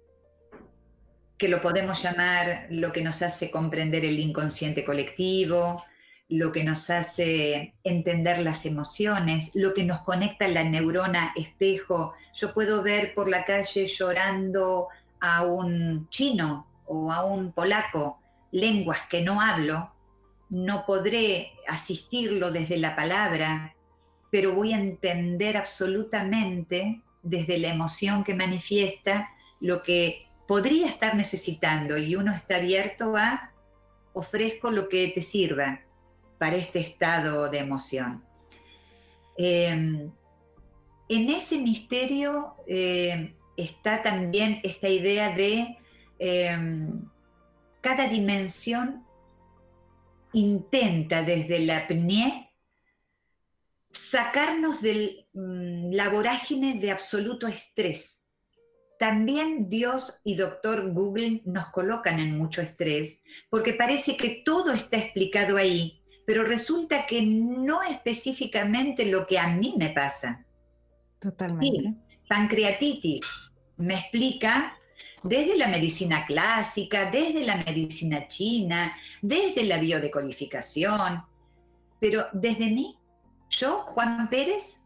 que lo podemos llamar lo que nos hace comprender el inconsciente colectivo, lo que nos hace entender las emociones, lo que nos conecta a la neurona espejo. Yo puedo ver por la calle llorando a un chino o a un polaco, lenguas que no hablo, no podré asistirlo desde la palabra, pero voy a entender absolutamente desde la emoción que manifiesta lo que podría estar necesitando, y uno está abierto a ofrezco lo que te sirva para este estado de emoción. Eh, en ese misterio eh, está también esta idea de eh, cada dimensión intenta desde la apnea sacarnos de mm, la vorágine de absoluto estrés. También Dios y doctor Google nos colocan en mucho estrés porque parece que todo está explicado ahí, pero resulta que no específicamente lo que a mí me pasa. Totalmente. Sí, pancreatitis me explica desde la medicina clásica, desde la medicina china, desde la biodecodificación, pero desde mí, yo, Juan Pérez,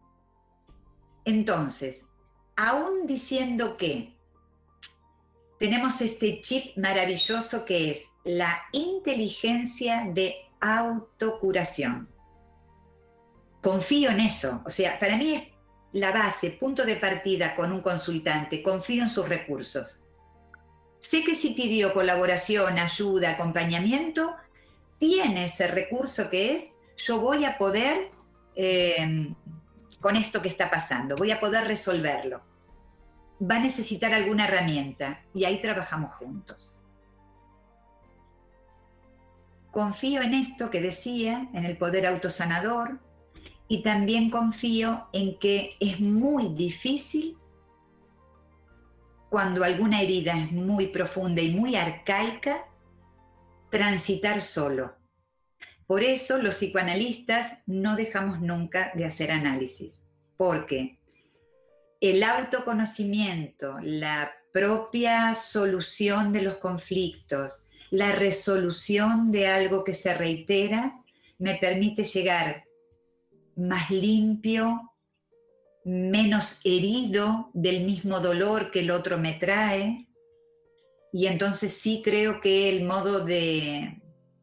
entonces, aún diciendo que tenemos este chip maravilloso que es la inteligencia de autocuración. Confío en eso, o sea, para mí es la base, punto de partida con un consultante, confío en sus recursos. Sé que si pidió colaboración, ayuda, acompañamiento, tiene ese recurso que es, yo voy a poder, eh, con esto que está pasando, voy a poder resolverlo. Va a necesitar alguna herramienta y ahí trabajamos juntos. Confío en esto que decía, en el poder autosanador, y también confío en que es muy difícil cuando alguna herida es muy profunda y muy arcaica, transitar solo. Por eso los psicoanalistas no dejamos nunca de hacer análisis, porque el autoconocimiento, la propia solución de los conflictos, la resolución de algo que se reitera, me permite llegar más limpio, menos herido del mismo dolor que el otro me trae, Y entonces sí creo que el modo de,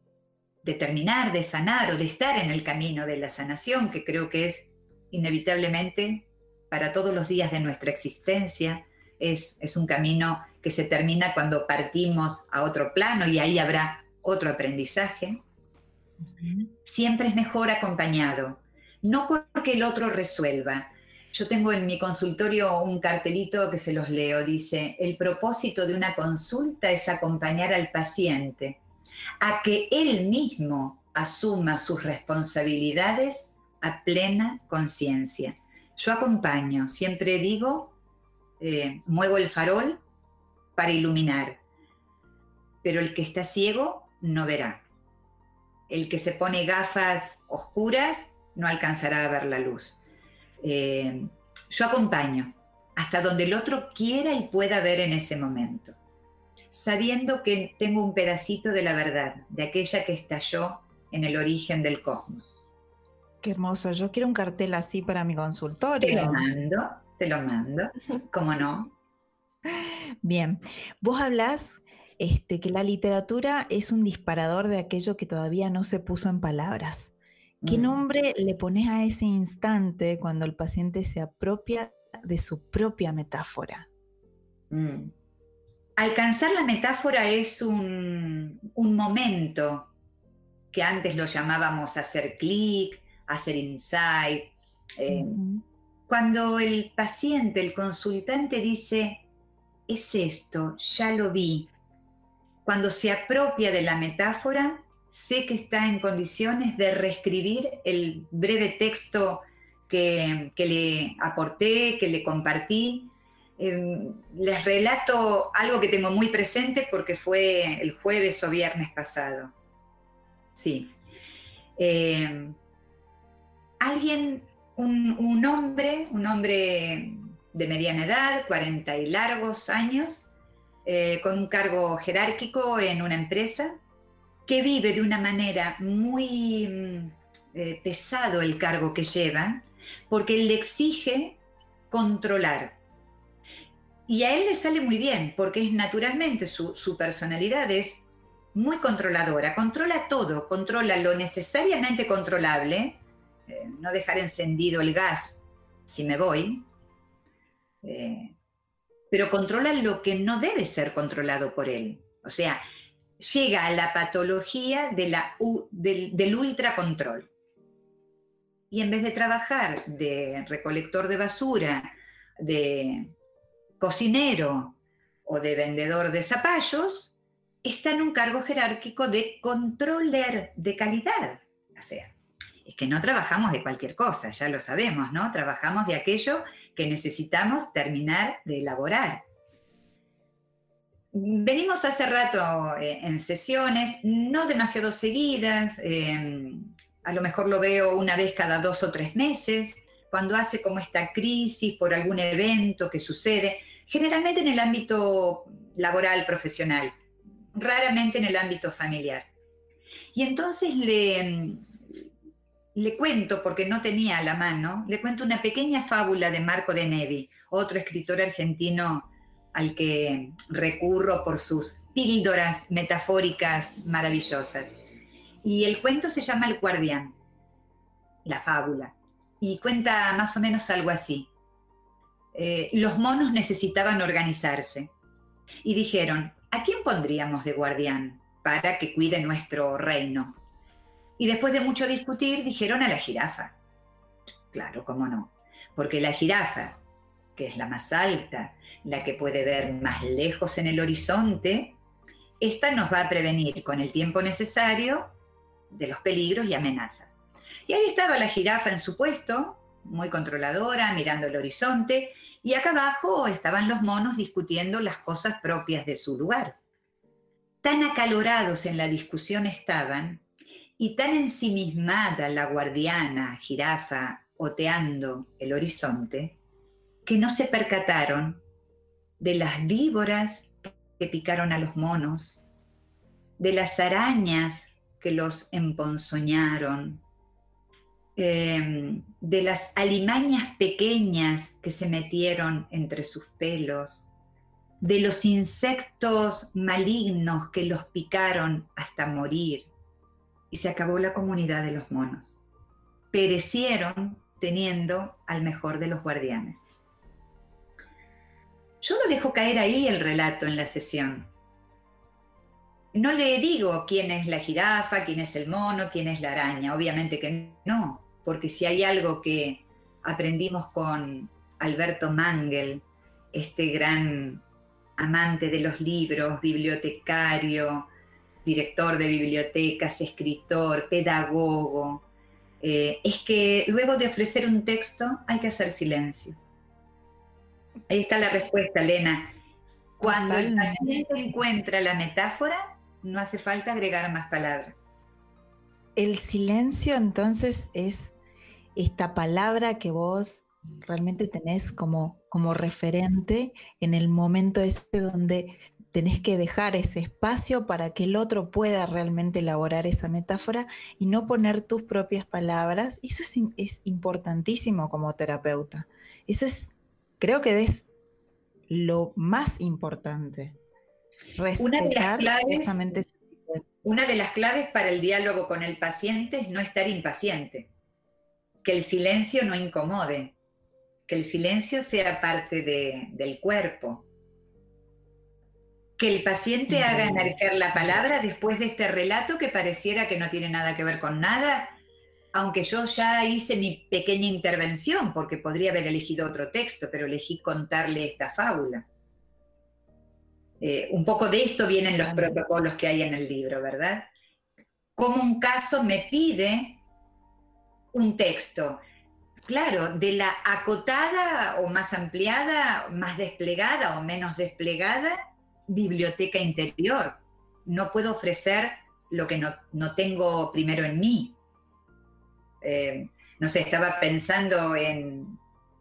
de terminar, de sanar o de estar en el camino de la sanación, que creo que es inevitablemente para todos los días de nuestra existencia, es, es un camino que se termina cuando partimos a otro plano y ahí habrá otro aprendizaje. Uh-huh. Siempre es mejor acompañado, no porque el otro resuelva. Yo tengo en mi consultorio un cartelito que se los leo, dice: el propósito de una consulta es acompañar al paciente a que él mismo asuma sus responsabilidades a plena conciencia. Yo acompaño, siempre digo, eh, muevo el farol para iluminar, pero el que está ciego no verá. El que se pone gafas oscuras no alcanzará a ver la luz. Eh, yo acompaño hasta donde el otro quiera y pueda ver en ese momento, sabiendo que tengo un pedacito de la verdad, de aquella que estalló en el origen del cosmos. Qué hermoso, yo quiero un cartel así para mi consultorio. Te lo mando, te lo mando, ¿cómo no? Bien, vos hablás este, que la literatura es un disparador de aquello que todavía no se puso en palabras. ¿Qué mm. nombre le pones a ese instante cuando el paciente se apropia de su propia metáfora? Mm. Alcanzar la metáfora es un, un momento que antes lo llamábamos hacer clic, hacer insight. Eh, uh-huh. Cuando el paciente, el consultante dice, es esto, ya lo vi. Cuando se apropia de la metáfora, sé que está en condiciones de reescribir el breve texto que, que le aporté, que le compartí. Eh, les relato algo que tengo muy presente porque fue el jueves o viernes pasado. Sí. Eh, alguien, un, un hombre, un hombre de mediana edad, cuarenta y largos años, eh, con un cargo jerárquico en una empresa, que vive de una manera muy eh, pesado el cargo que lleva, porque le exige controlar. Y a él le sale muy bien, porque es naturalmente su, su personalidad es muy controladora, controla todo, controla lo necesariamente controlable, eh, no dejar encendido el gas si me voy, eh, pero controla lo que no debe ser controlado por él. O sea, llega a la patología de la, del, del ultracontrol. Y en vez de trabajar de recolector de basura, de cocinero o de vendedor de zapallos, está en un cargo jerárquico de controller de calidad. O sea, es que no trabajamos de cualquier cosa, ya lo sabemos, ¿no? Trabajamos de aquello que necesitamos terminar de elaborar. Venimos hace rato eh, en sesiones, no demasiado seguidas, eh, a lo mejor lo veo una vez cada dos o tres meses, cuando hace como esta crisis por algún evento que sucede, generalmente en el ámbito laboral, profesional, raramente en el ámbito familiar. Y entonces le, le cuento, porque no tenía a la mano, le cuento una pequeña fábula de Marco de Nevi, otro escritor argentino al que recurro por sus píldoras metafóricas maravillosas. Y el cuento se llama El Guardián, la fábula, y cuenta más o menos algo así. Eh, los monos necesitaban organizarse y dijeron, ¿a quién pondríamos de guardián para que cuide nuestro reino? Y después de mucho discutir, dijeron a la jirafa. Claro, cómo no, porque la jirafa, que es la más alta, la que puede ver más lejos en el horizonte, esta nos va a prevenir con el tiempo necesario de los peligros y amenazas. Y ahí estaba la jirafa en su puesto, muy controladora, mirando el horizonte, y acá abajo estaban los monos discutiendo las cosas propias de su lugar. Tan acalorados en la discusión estaban, y tan ensimismada la guardiana jirafa oteando el horizonte, que no se percataron de las víboras que picaron a los monos, de las arañas que los emponzoñaron, eh, de las alimañas pequeñas que se metieron entre sus pelos, de los insectos malignos que los picaron hasta morir, y se acabó la comunidad de los monos. Perecieron teniendo al mejor de los guardianes. Yo lo dejo caer ahí el relato en la sesión. No le digo quién es la jirafa, quién es el mono, quién es la araña, obviamente que no, porque si hay algo que aprendimos con Alberto Mangel, este gran amante de los libros, bibliotecario, director de bibliotecas, escritor, pedagogo, eh, es que luego de ofrecer un texto hay que hacer silencio. Ahí está la respuesta, Elena. Cuando el paciente encuentra la metáfora, no hace falta agregar más palabras. El silencio entonces es esta palabra que vos realmente tenés como, como referente en el momento ese donde tenés que dejar ese espacio para que el otro pueda realmente elaborar esa metáfora y no poner tus propias palabras. Eso es, es importantísimo como terapeuta. Eso es, creo que es lo más importante. Respetar justamente ese silencio. Una de las claves para el diálogo con el paciente es no estar impaciente. Que el silencio no incomode. Que el silencio sea parte de, del cuerpo. Que el paciente uh-huh. haga emerger la palabra después de este relato que pareciera que no tiene nada que ver con nada, aunque yo ya hice mi pequeña intervención, porque podría haber elegido otro texto, pero elegí contarle esta fábula. Eh, un poco de esto vienen los protocolos que hay en el libro, ¿verdad? Como un caso me pide un texto, claro, de la acotada o más ampliada, más desplegada o menos desplegada, biblioteca interior. No puedo ofrecer lo que no, no tengo primero en mí. Eh, no sé, estaba pensando en,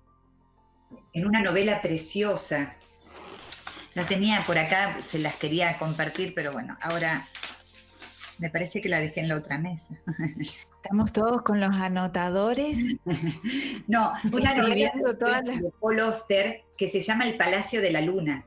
en una novela preciosa. La tenía por acá, se las quería compartir, pero bueno, ahora me parece que la dejé en la otra mesa. Estamos todos con los anotadores. No, una novela todas las... de Paul Auster que se llama El Palacio de la Luna.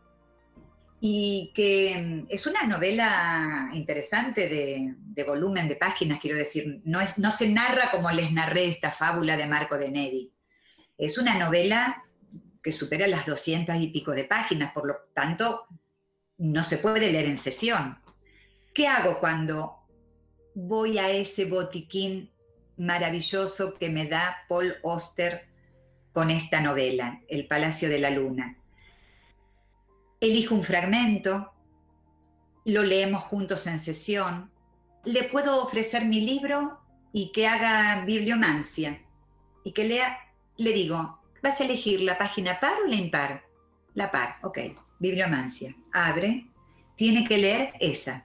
Y que es una novela interesante de, de volumen de páginas, quiero decir. No, es, no se narra como les narré esta fábula de Marco de Nedi. Es una novela que supera las doscientas y pico de páginas, por lo tanto, no se puede leer en sesión. ¿Qué hago cuando voy a ese botiquín maravilloso que me da Paul Auster con esta novela, El Palacio de la Luna? Elijo un fragmento, lo leemos juntos en sesión, le puedo ofrecer mi libro y que haga bibliomancia, y que lea, le digo, ¿vas a elegir la página par o la impar? La par, ok, bibliomancia. Abre, tiene que leer esa.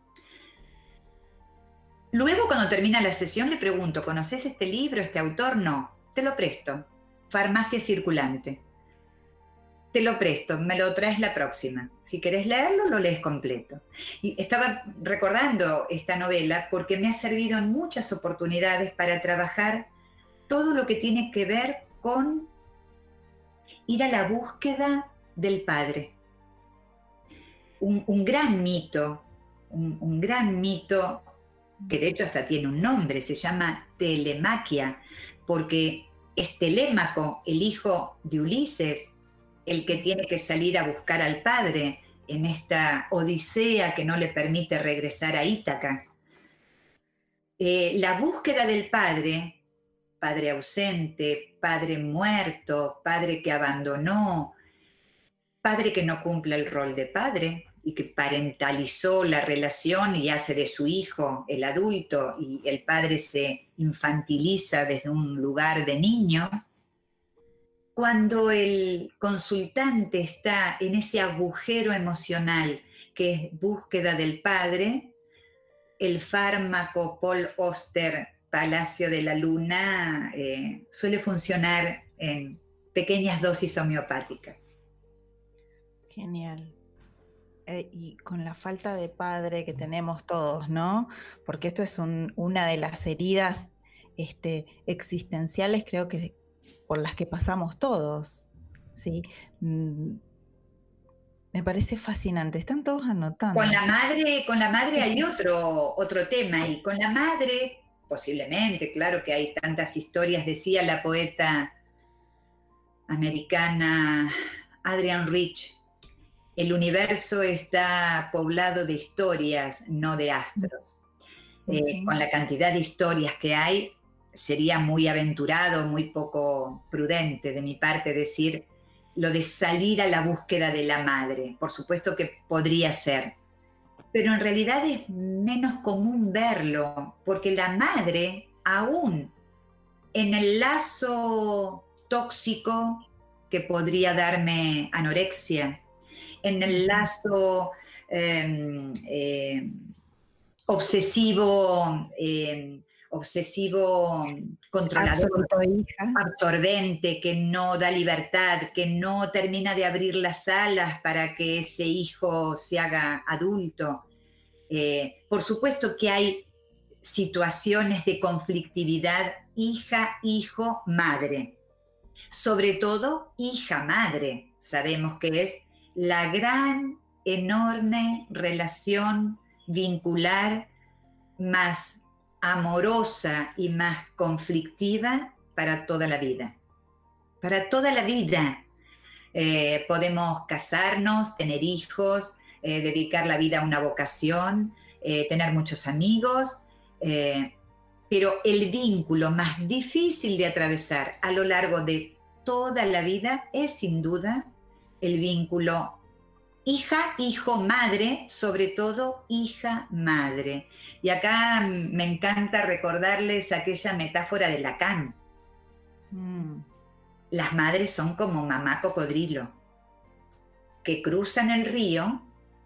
Luego, cuando termina la sesión, le pregunto, ¿conoces este libro, este autor? No, te lo presto. Farmacia circulante. Te lo presto, me lo traes la próxima. Si querés leerlo, lo lees completo. Y estaba recordando esta novela porque me ha servido en muchas oportunidades para trabajar todo lo que tiene que ver con ir a la búsqueda del padre. Un, un gran mito, un, un gran mito que de hecho hasta tiene un nombre, se llama Telemaquia, porque es Telémaco, el hijo de Ulises, el que tiene que salir a buscar al padre en esta odisea que no le permite regresar a Ítaca. Eh, la búsqueda del padre, padre ausente, padre muerto, padre que abandonó, padre que no cumple el rol de padre y que parentalizó la relación y hace de su hijo el adulto y el padre se infantiliza desde un lugar de niño. Cuando el consultante está en ese agujero emocional que es búsqueda del padre, el fármaco Paul Auster, Palacio de la Luna, eh, suele funcionar en pequeñas dosis homeopáticas. Genial. Eh, y con la falta de padre que tenemos todos, ¿no? Porque esto es un, una de las heridas este, existenciales, creo que por las que pasamos todos, ¿sí? Me parece fascinante, están todos anotando. Con la madre, con la madre hay otro, otro tema, y con la madre, posiblemente, claro que hay tantas historias, decía la poeta americana Adrienne Rich, el universo está poblado de historias, no de astros. Uh-huh. Eh, con la cantidad de historias que hay, sería muy aventurado, muy poco prudente de mi parte decir lo de salir a la búsqueda de la madre. Por supuesto que podría ser, pero en realidad es menos común verlo, porque la madre, aún en el lazo tóxico que podría darme anorexia, en el lazo eh, eh, obsesivo, eh, obsesivo controlador, absorbente, que no da libertad, que no termina de abrir las alas para que ese hijo se haga adulto. Eh, por supuesto que hay situaciones de conflictividad hija, hijo, madre. Sobre todo hija-madre, sabemos que es la gran, enorme relación vincular más amorosa y más conflictiva para toda la vida. Para toda la vida. Eh, podemos casarnos, tener hijos, eh, dedicar la vida a una vocación, eh, tener muchos amigos, eh, pero el vínculo más difícil de atravesar a lo largo de toda la vida es sin duda el vínculo hija, hijo, madre, sobre todo hija, madre. Y acá me encanta recordarles aquella metáfora de Lacan. Mm. Las madres son como mamá cocodrilo, que cruzan el río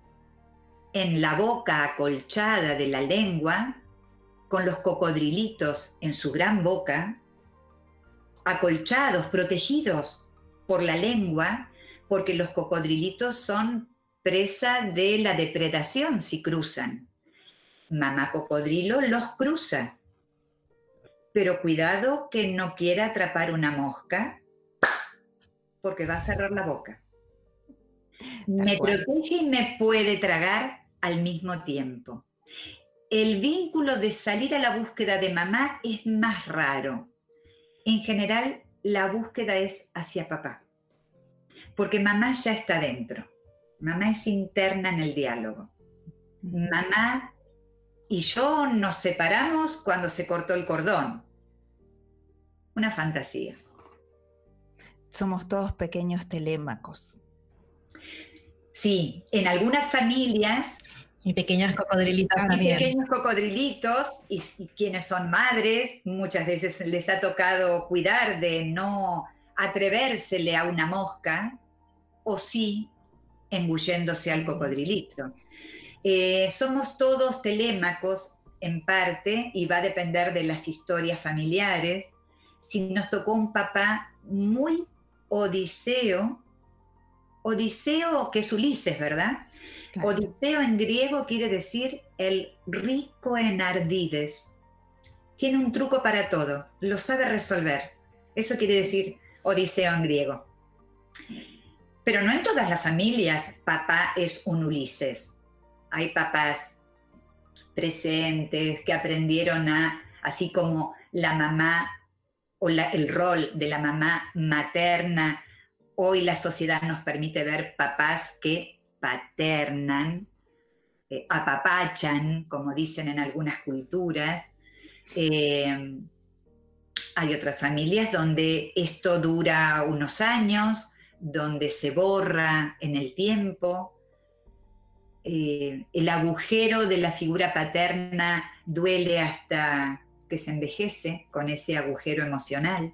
en la boca acolchada de la lengua, con los cocodrilitos en su gran boca, acolchados, protegidos por la lengua, porque los cocodrilitos son presa de la depredación si cruzan. Mamá cocodrilo los cruza, pero cuidado que no quiera atrapar una mosca, porque va a cerrar la boca. Me protege y me puede tragar al mismo tiempo. El vínculo de salir a la búsqueda de mamá es más raro. En general, la búsqueda es hacia papá, porque mamá ya está dentro. Mamá es interna en el diálogo. Mamá y yo nos separamos cuando se cortó el cordón. Una fantasía. Somos todos pequeños telémacos. Sí, en algunas familias... Y pequeños cocodrilitos y también. pequeños cocodrilitos, y, y quienes son madres, muchas veces les ha tocado cuidar de no atrevérsele a una mosca, o sí, embulléndose al cocodrilito. Eh, somos todos telémacos en parte, y va a depender de las historias familiares. Si nos tocó un papá muy odiseo, odiseo que es Ulises, ¿verdad? Claro. Odiseo en griego quiere decir el rico en ardides. Tiene un truco para todo, lo sabe resolver. Eso quiere decir Odiseo en griego. Pero no en todas las familias papá es un Ulises. Hay papás presentes que aprendieron a, así como la mamá o la, el rol de la mamá materna, hoy la sociedad nos permite ver papás que paternan, eh, apapachan, como dicen en algunas culturas. Eh, hay otras familias donde esto dura unos años, donde se borra en el tiempo. Eh, el agujero de la figura paterna duele hasta que se envejece con ese agujero emocional.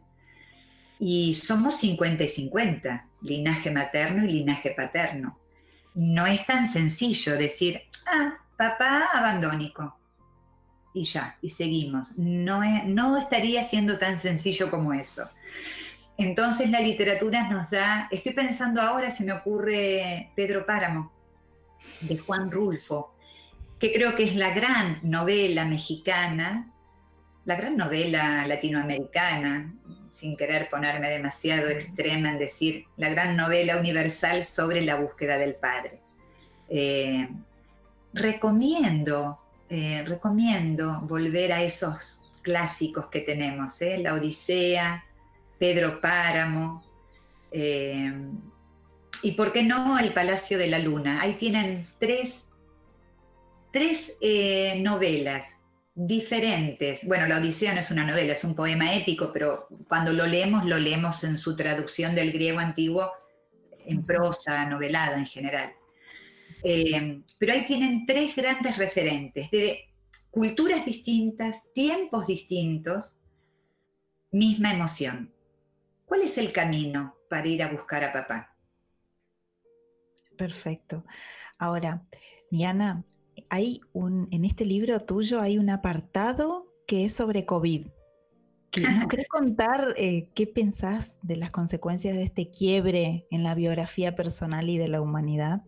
Y somos cincuenta y cincuenta, linaje materno y linaje paterno. No es tan sencillo decir, ah, papá abandónico, y ya, y seguimos. No, es, no estaría siendo tan sencillo como eso. Entonces la literatura nos da, estoy pensando ahora, se me ocurre Pedro Páramo, de Juan Rulfo, que creo que es la gran novela mexicana, la gran novela latinoamericana, sin querer ponerme demasiado extrema en decir, la gran novela universal sobre la búsqueda del padre. Eh, recomiendo, eh, recomiendo volver a esos clásicos que tenemos, ¿eh? La Odisea, Pedro Páramo, eh, y por qué no El Palacio de la Luna. Ahí tienen tres, tres eh, novelas diferentes. Bueno, La Odisea no es una novela, es un poema épico, pero cuando lo leemos, lo leemos en su traducción del griego antiguo, en prosa, novelada en general. Eh, pero ahí tienen tres grandes referentes, de culturas distintas, tiempos distintos, misma emoción. ¿Cuál es el camino para ir a buscar a papá? Perfecto. Ahora, Diana, hay un, en este libro tuyo hay un apartado que es sobre COVID. ¿Nos querés contar eh, qué pensás de las consecuencias de este quiebre en la biografía personal y de la humanidad?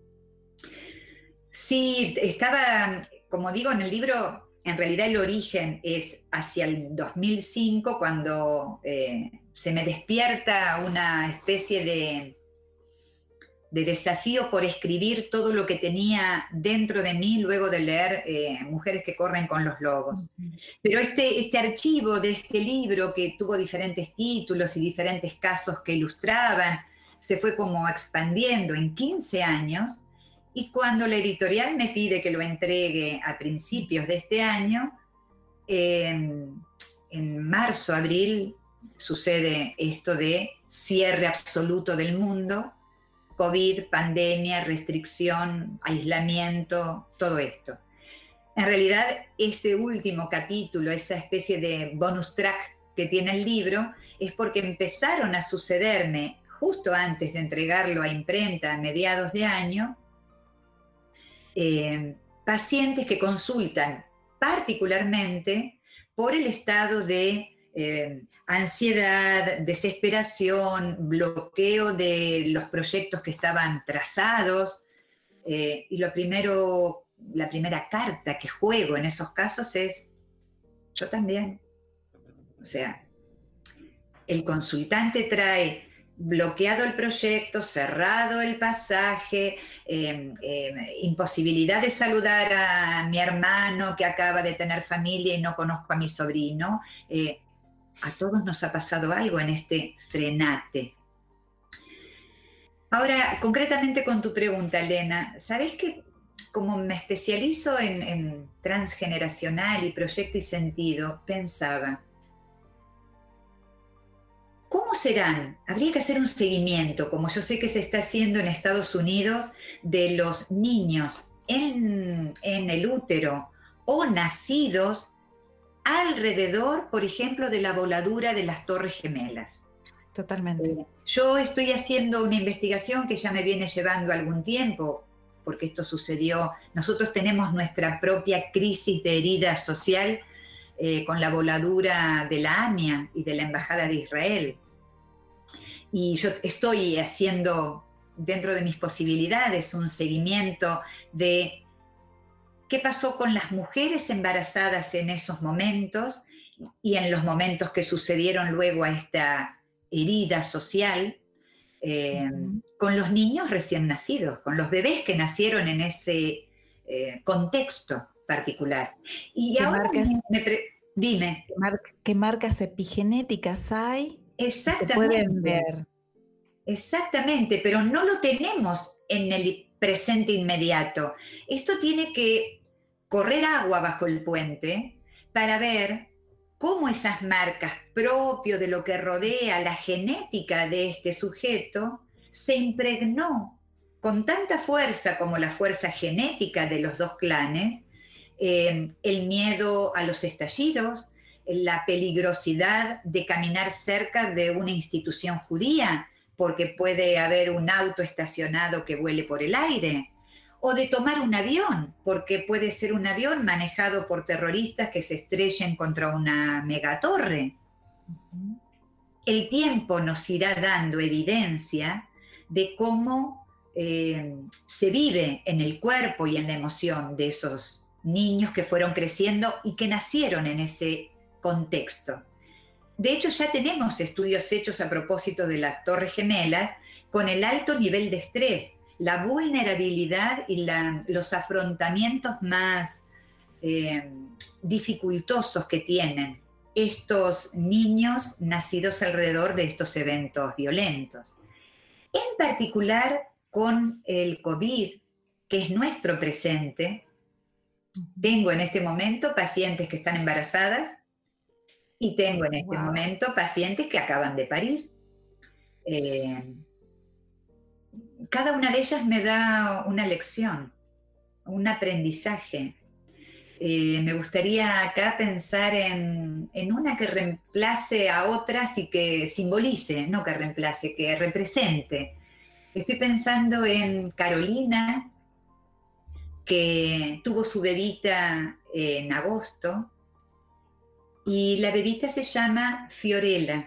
Sí, estaba, como digo en el libro, en realidad el origen es hacia el dos mil cinco, cuando eh, se me despierta una especie de, de desafío por escribir todo lo que tenía dentro de mí luego de leer eh, Mujeres que corren con los lobos. Pero este, este archivo de este libro, que tuvo diferentes títulos y diferentes casos que ilustraban, se fue como expandiendo en quince años, y cuando la editorial me pide que lo entregue a principios de este año, eh, en marzo, abril, sucede esto de cierre absoluto del mundo, COVID, pandemia, restricción, aislamiento, todo esto. En realidad, ese último capítulo, esa especie de bonus track que tiene el libro, es porque empezaron a sucederme, justo antes de entregarlo a imprenta a mediados de año, eh, pacientes que consultan particularmente por el estado de eh, ansiedad, desesperación, bloqueo de los proyectos que estaban trazados, eh, y lo primero, la primera carta que juego en esos casos es, yo también. O sea, el consultante trae bloqueado el proyecto, cerrado el pasaje, eh, eh, imposibilidad de saludar a mi hermano que acaba de tener familia y no conozco a mi sobrino. Eh, a todos nos ha pasado algo en este frenate. Ahora, concretamente con tu pregunta, Elena, ¿sabés que como me especializo en, en transgeneracional y proyecto y sentido, pensaba, ¿cómo serán? Habría que hacer un seguimiento, como yo sé que se está haciendo en Estados Unidos, de los niños en, en el útero o nacidos alrededor, por ejemplo, de la voladura de las Torres Gemelas. Totalmente. Eh, yo estoy haciendo una investigación que ya me viene llevando algún tiempo, porque esto sucedió. Nosotros tenemos nuestra propia crisis de herida social eh, con la voladura de la AMIA y de la Embajada de Israel. Y yo estoy haciendo, dentro de mis posibilidades, un seguimiento de qué pasó con las mujeres embarazadas en esos momentos y en los momentos que sucedieron luego a esta herida social, eh, uh-huh. con los niños recién nacidos, con los bebés que nacieron en ese eh, contexto particular. Y ¿Qué ahora marcas, me, me pre, dime. ¿qué, mar, ¿Qué marcas epigenéticas hay? Exactamente. Se pueden ver. Exactamente, pero no lo tenemos en el presente inmediato. Esto tiene que correr agua bajo el puente para ver cómo esas marcas propio de lo que rodea la genética de este sujeto se impregnó con tanta fuerza como la fuerza genética de los dos clanes, eh, el miedo a los estallidos, la peligrosidad de caminar cerca de una institución judía, porque puede haber un auto estacionado que vuele por el aire, o de tomar un avión, porque puede ser un avión manejado por terroristas que se estrellen contra una megatorre. Uh-huh. El tiempo nos irá dando evidencia de cómo eh, se vive en el cuerpo y en la emoción de esos niños que fueron creciendo y que nacieron en ese contexto. de hecho ya tenemos estudios hechos a propósito de las Torres Gemelas con el alto nivel de estrés, la vulnerabilidad y la, los afrontamientos más eh, dificultosos que tienen estos niños nacidos alrededor de estos eventos violentos. En particular con el COVID, que es nuestro presente. Tengo en este momento pacientes que están embarazadas y tengo en este wow. momento pacientes que acaban de parir. Eh, cada una de ellas me da una lección, un aprendizaje. Eh, me gustaría acá pensar en, en una que reemplace a otras y que simbolice, no que reemplace, que represente. Estoy pensando en Carolina, que tuvo su bebita en agosto, y la bebita se llama Fiorella.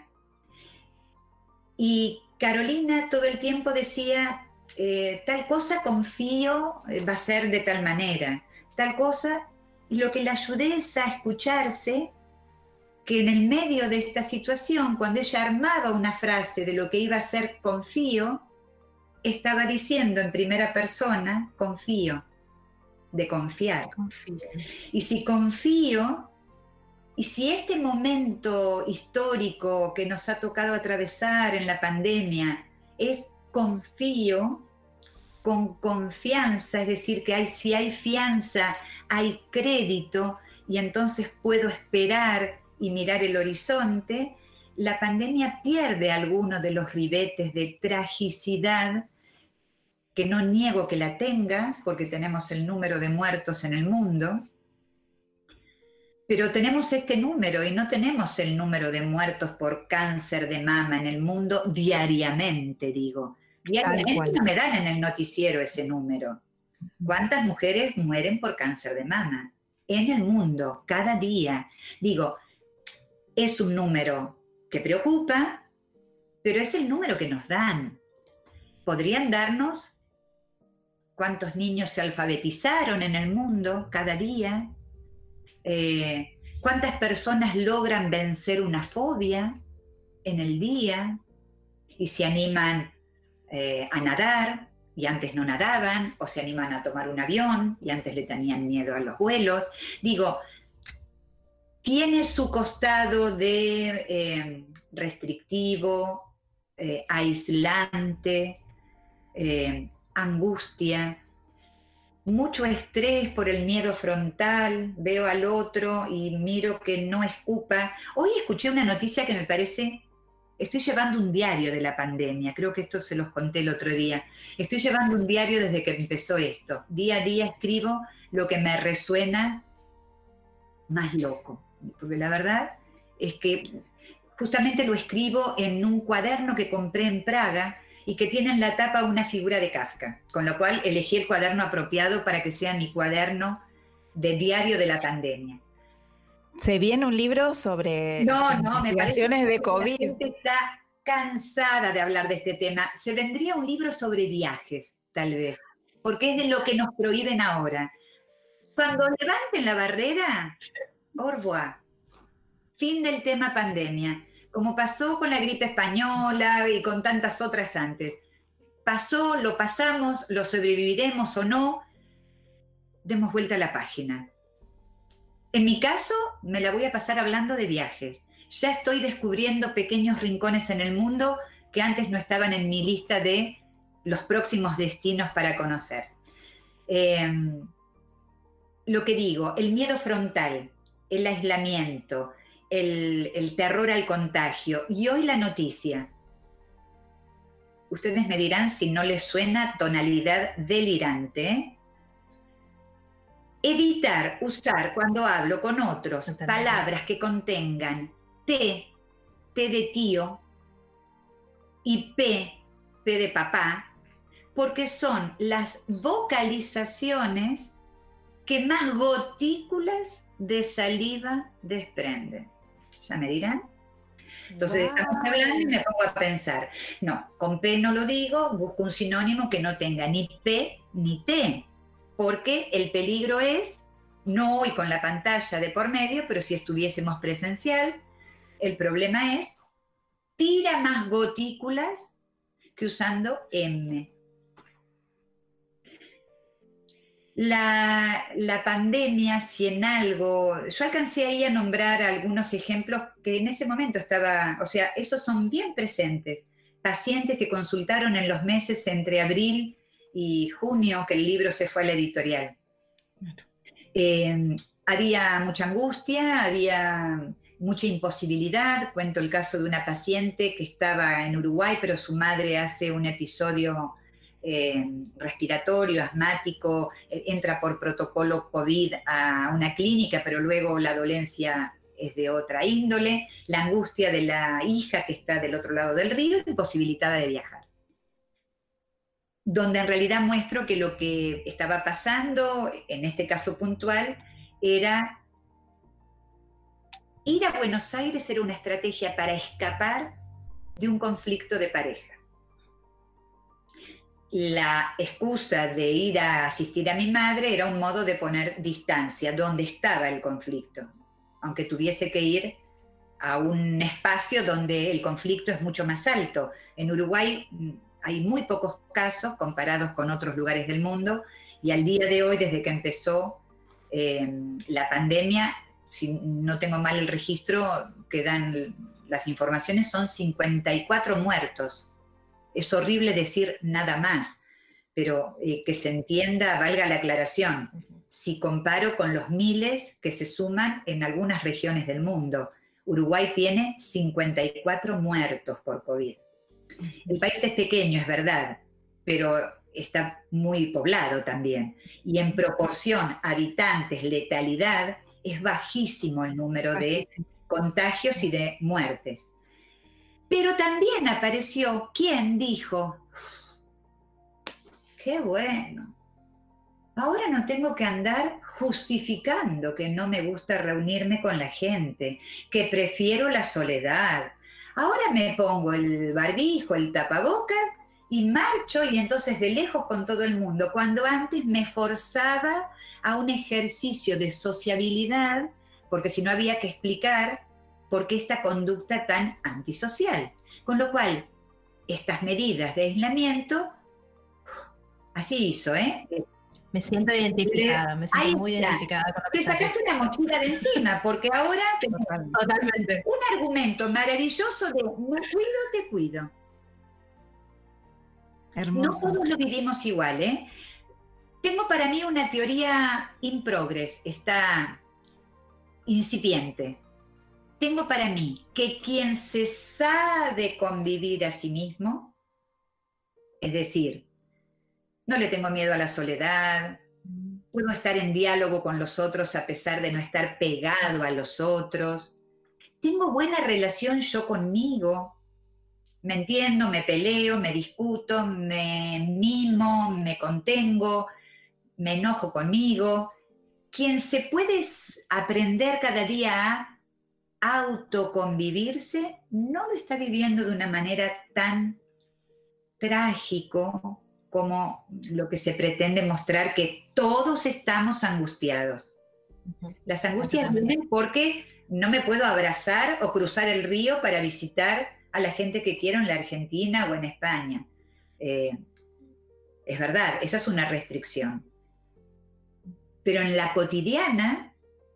Y Carolina todo el tiempo decía, eh, tal cosa confío va a ser de tal manera, tal cosa, y lo que le ayudé es a escucharse que en el medio de esta situación, cuando ella armaba una frase de lo que iba a ser confío, estaba diciendo en primera persona, confío, de confiar. Confío. Y si confío, y si este momento histórico que nos ha tocado atravesar en la pandemia es confío, con confianza, es decir, que hay, si hay fianza, hay crédito, y entonces puedo esperar y mirar el horizonte, la pandemia pierde algunos de los ribetes de tragicidad, que no niego que la tenga, porque tenemos el número de muertos en el mundo, pero tenemos este número y no tenemos el número de muertos por cáncer de mama en el mundo diariamente, digo. Diariamente no me dan en el noticiero ese número. ¿Cuántas mujeres mueren por cáncer de mama? En el mundo, cada día. Digo, es un número que preocupa, pero es el número que nos dan. ¿Podrían darnos cuántos niños se alfabetizaron en el mundo cada día? Eh, ¿Cuántas personas logran vencer una fobia en el día y se animan eh, a nadar y antes no nadaban, o se animan a tomar un avión y antes le tenían miedo a los vuelos? Digo, tiene su costado de eh, restrictivo, eh, aislante, eh, angustia, mucho estrés por el miedo frontal, veo al otro y miro que no escupa. Hoy escuché una noticia que me parece, estoy llevando un diario de la pandemia, creo que esto se los conté el otro día, estoy llevando un diario desde que empezó esto, día a día escribo lo que me resuena más loco, porque la verdad es que justamente lo escribo en un cuaderno que compré en Praga, y que tiene en la tapa una figura de Kafka, con lo cual elegí el cuaderno apropiado para que sea mi cuaderno de diario de la pandemia. ¿Se viene un libro sobre no, no, investigaciones me de COVID? La gente está cansada de hablar de este tema. Se vendría un libro sobre viajes, tal vez, porque es de lo que nos prohíben ahora. Cuando levanten la barrera, au revoir. Fin del tema pandemia. Como pasó con la gripe española y con tantas otras antes. Pasó, lo pasamos, lo sobreviviremos o no, demos vuelta a la página. En mi caso, me la voy a pasar hablando de viajes. Ya estoy descubriendo pequeños rincones en el mundo que antes no estaban en mi lista de los próximos destinos para conocer. Eh, lo que digo, el miedo frontal, el aislamiento, El, el terror al contagio. Y hoy la noticia. Ustedes me dirán si no les suena tonalidad delirante. ¿eh? Evitar usar cuando hablo con otros Totalmente. palabras que contengan T, T de tío, y P, P de papá, porque son las vocalizaciones que más gotículas de saliva desprenden. ¿Ya me dirán? Entonces wow. estamos hablando y me pongo a pensar. No, con P no lo digo, busco un sinónimo que no tenga ni P ni T, porque el peligro es, no hoy con la pantalla de por medio, pero si estuviésemos presencial, El problema es, tira más gotículas que usando M. La, la pandemia, si en algo, yo alcancé ahí a nombrar algunos ejemplos que en ese momento estaba, o sea, esos son bien presentes. Pacientes que consultaron en los meses entre abril y junio que el libro se fue a la editorial. Eh, había mucha angustia, había mucha imposibilidad. Cuento el caso de una paciente que estaba en Uruguay, pero su madre hace un episodio Eh, respiratorio, asmático, eh, entra por protocolo COVID a una clínica, pero luego la dolencia es de otra índole, la angustia de la hija que está del otro lado del río, imposibilitada de viajar. Donde en realidad muestro que lo que estaba pasando, en este caso puntual, era ir a Buenos Aires era una estrategia para escapar de un conflicto de pareja. La excusa de ir a asistir a mi madre era un modo de poner distancia, donde estaba el conflicto, aunque tuviese que ir a un espacio donde el conflicto es mucho más alto. En Uruguay hay muy pocos casos comparados con otros lugares del mundo, y al día de hoy, desde que empezó eh, la pandemia, si no tengo mal el registro que dan las informaciones, son cincuenta y cuatro muertos. Es horrible decir nada más, pero eh, que se entienda, valga la aclaración, si comparo con los miles que se suman en algunas regiones del mundo. Uruguay tiene cincuenta y cuatro muertos por COVID. El país es pequeño, es verdad, pero está muy poblado también. Y en proporción habitantes, letalidad, es bajísimo el número de contagios y de muertes. Pero también apareció quien dijo, qué bueno, ahora no tengo que andar justificando que no me gusta reunirme con la gente, que prefiero la soledad. Ahora me pongo el barbijo, el tapabocas y marcho, y entonces de lejos con todo el mundo, cuando antes me forzaba a un ejercicio de sociabilidad, porque si no había que explicar por qué esta conducta tan antisocial. Con lo cual, estas medidas de aislamiento, así hizo, ¿eh? Me siento identificada, me siento Ahí muy está. identificada con lo que Te sacaste una mochila de encima, porque ahora tenés Totalmente. un argumento maravilloso de me cuido, te cuido. Hermoso. No todos lo vivimos igual, ¿eh? Tengo para mí una teoría in progress, está incipiente. Tengo para mí que quien se sabe convivir a sí mismo, es decir, no le tengo miedo a la soledad, puedo estar en diálogo con los otros a pesar de no estar pegado a los otros, tengo buena relación yo conmigo, me entiendo, me peleo, me discuto, me mimo, me contengo, me enojo conmigo. Quien se puede aprender cada día a autoconvivirse, no lo está viviendo de una manera tan trágico como lo que se pretende mostrar, que todos estamos angustiados. Las angustias vienen porque no me puedo abrazar o cruzar el río para visitar a la gente que quiero en la Argentina o en España. Eh, es verdad, esa es una restricción. Pero en la cotidiana,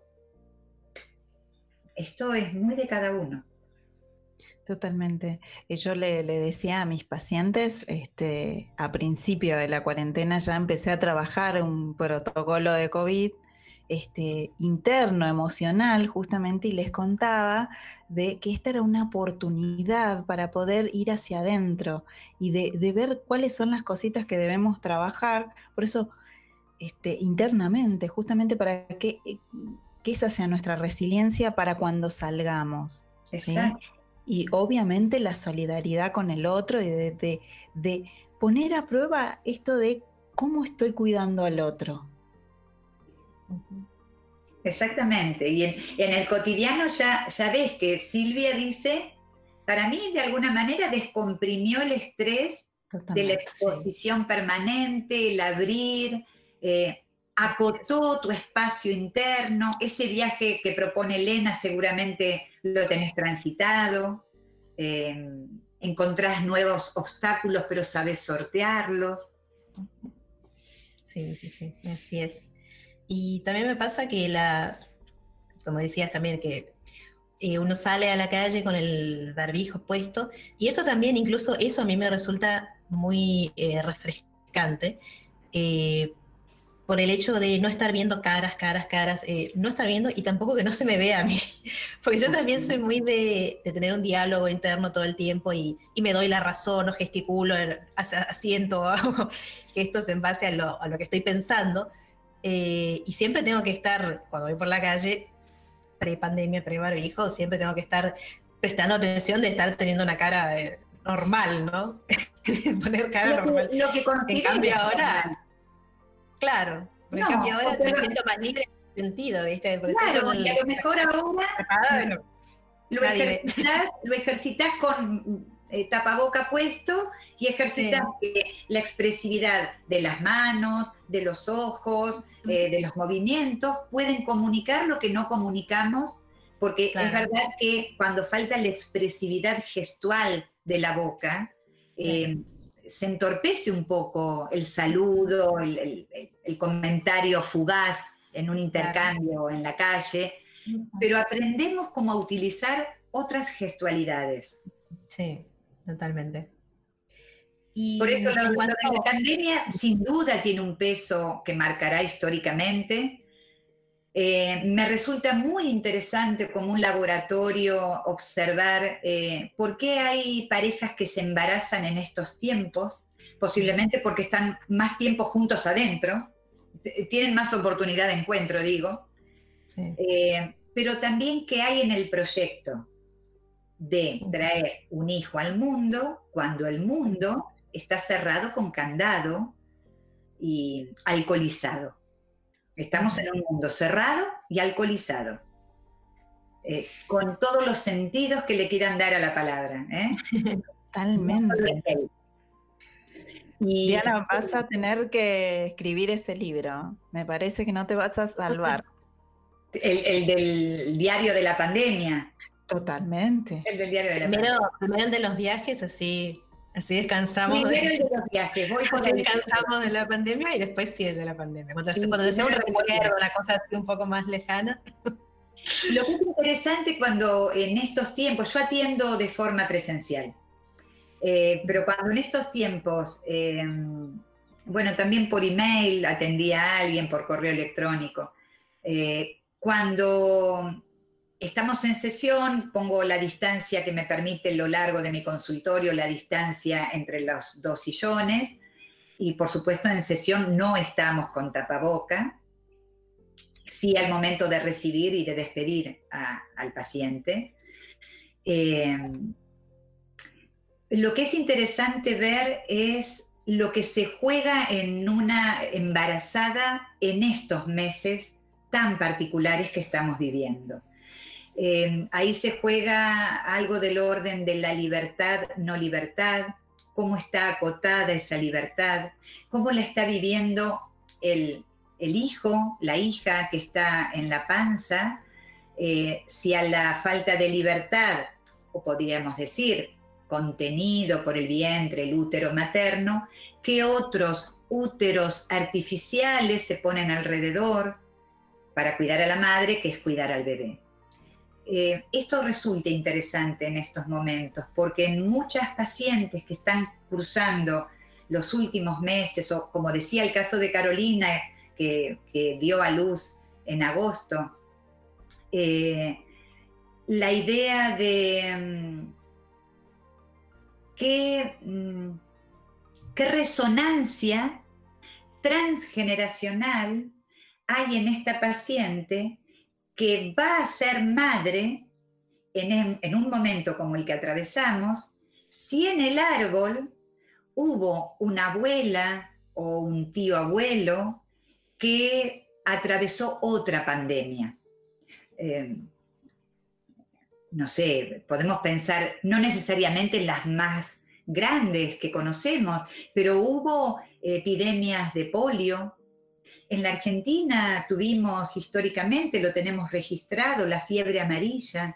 esto es muy de cada uno. Totalmente. Y yo le, le decía a mis pacientes, este, a principio de la cuarentena ya empecé a trabajar un protocolo de COVID este, interno, emocional, justamente, y les contaba de que esta era una oportunidad para poder ir hacia adentro y de, de ver cuáles son las cositas que debemos trabajar. Por eso, este, internamente, justamente para que, que esa sea nuestra resiliencia para cuando salgamos. Exacto. ¿Sí? Y obviamente la solidaridad con el otro y de, de, de poner a prueba esto de cómo estoy cuidando al otro. Exactamente. Y en, en el cotidiano ya, ya ves que Silvia dice, para mí de alguna manera descomprimió el estrés Totalmente, de la exposición sí. permanente, el abrir. Eh, acotó tu espacio interno, ese viaje que propone Elena seguramente lo tenés transitado, eh, encontrás nuevos obstáculos pero sabés sortearlos. Sí, sí, sí, así es. Y también me pasa que la, como decías también, que eh, uno sale a la calle con el barbijo puesto, y eso también, incluso eso a mí me resulta muy eh, refrescante, eh, por el hecho de no estar viendo caras, caras, caras, eh, no estar viendo y tampoco que no se me vea a mí, porque yo también soy muy de, de tener un diálogo interno todo el tiempo y, y me doy la razón o gesticulo, asiento, hago gestos en base a lo, a lo que estoy pensando, eh, y siempre tengo que estar, cuando voy por la calle, pre-pandemia, pre-barbijo, siempre tengo que estar prestando atención de estar teniendo una cara eh, normal, ¿no? Poner cara Lo normal. que, lo que En cambio ahora... Claro, porque no, en cambio ahora porque me siento más libre en ese sentido, ¿viste? Porque claro, el, y a lo mejor ahora no, lo ejercitas, lo ejercitas con eh, tapaboca puesto y ejercitas sí. eh, la expresividad de las manos, de los ojos, eh, de los movimientos, pueden comunicar lo que no comunicamos, porque claro. Es verdad que cuando falta la expresividad gestual de la boca, eh, sí. se entorpece un poco el saludo, el, el, el comentario fugaz en un intercambio claro. En la calle, pero aprendemos cómo a utilizar otras gestualidades. Sí, totalmente. Y por eso lo, cuanto... lo de la pandemia sin duda tiene un peso que marcará históricamente. Eh, me resulta muy interesante como un laboratorio observar eh, por qué hay parejas que se embarazan en estos tiempos, posiblemente porque están más tiempo juntos adentro, tienen más oportunidad de encuentro, digo, sí. eh, pero también qué hay en el proyecto de traer un hijo al mundo cuando el mundo está cerrado con candado y alcoholizado. Estamos en un mundo cerrado y alcoholizado, eh, con todos los sentidos que le quieran dar a la palabra. ¿eh? Totalmente. Y Diana, vas a tener que escribir ese libro. Me parece que no te vas a salvar. El, el del diario de la pandemia. Totalmente. El del diario de la primero, pandemia. Primero el de los viajes, así, así descansamos. Primero de, el de los viajes. Voy así descansamos de la pandemia y después sí el de la pandemia. Cuando, sí, cuando desea un recuerdo, una cosa así un poco más lejana. Lo que es interesante cuando en estos tiempos, yo atiendo de forma presencial, eh, pero cuando en estos tiempos, eh, bueno, también por email atendía a alguien, por correo electrónico, eh, cuando estamos en sesión, pongo la distancia que me permite lo largo de mi consultorio, la distancia entre los dos sillones, y por supuesto en sesión no estamos con tapaboca, sí al momento de recibir y de despedir a, al paciente. Eh, lo que es interesante ver es lo que se juega en una embarazada en estos meses tan particulares que estamos viviendo. Eh, ahí se juega algo del orden de la libertad, no libertad, cómo está acotada esa libertad, cómo la está viviendo el, el hijo, la hija que está en la panza, eh, si a la falta de libertad, o podríamos decir, contenido por el vientre, el útero materno, qué otros úteros artificiales se ponen alrededor para cuidar a la madre, que es cuidar al bebé. Eh, esto resulta interesante en estos momentos, porque en muchas pacientes que están cruzando los últimos meses, o como decía el caso de Carolina, que, que dio a luz en agosto, eh, la idea de um, qué, um, qué resonancia transgeneracional hay en esta paciente que va a ser madre en, en un momento como el que atravesamos, si en el árbol hubo una abuela o un tío abuelo que atravesó otra pandemia. Eh, no sé, podemos pensar no necesariamente en las más grandes que conocemos, pero hubo epidemias de polio, En la Argentina tuvimos históricamente, lo tenemos registrado, la fiebre amarilla.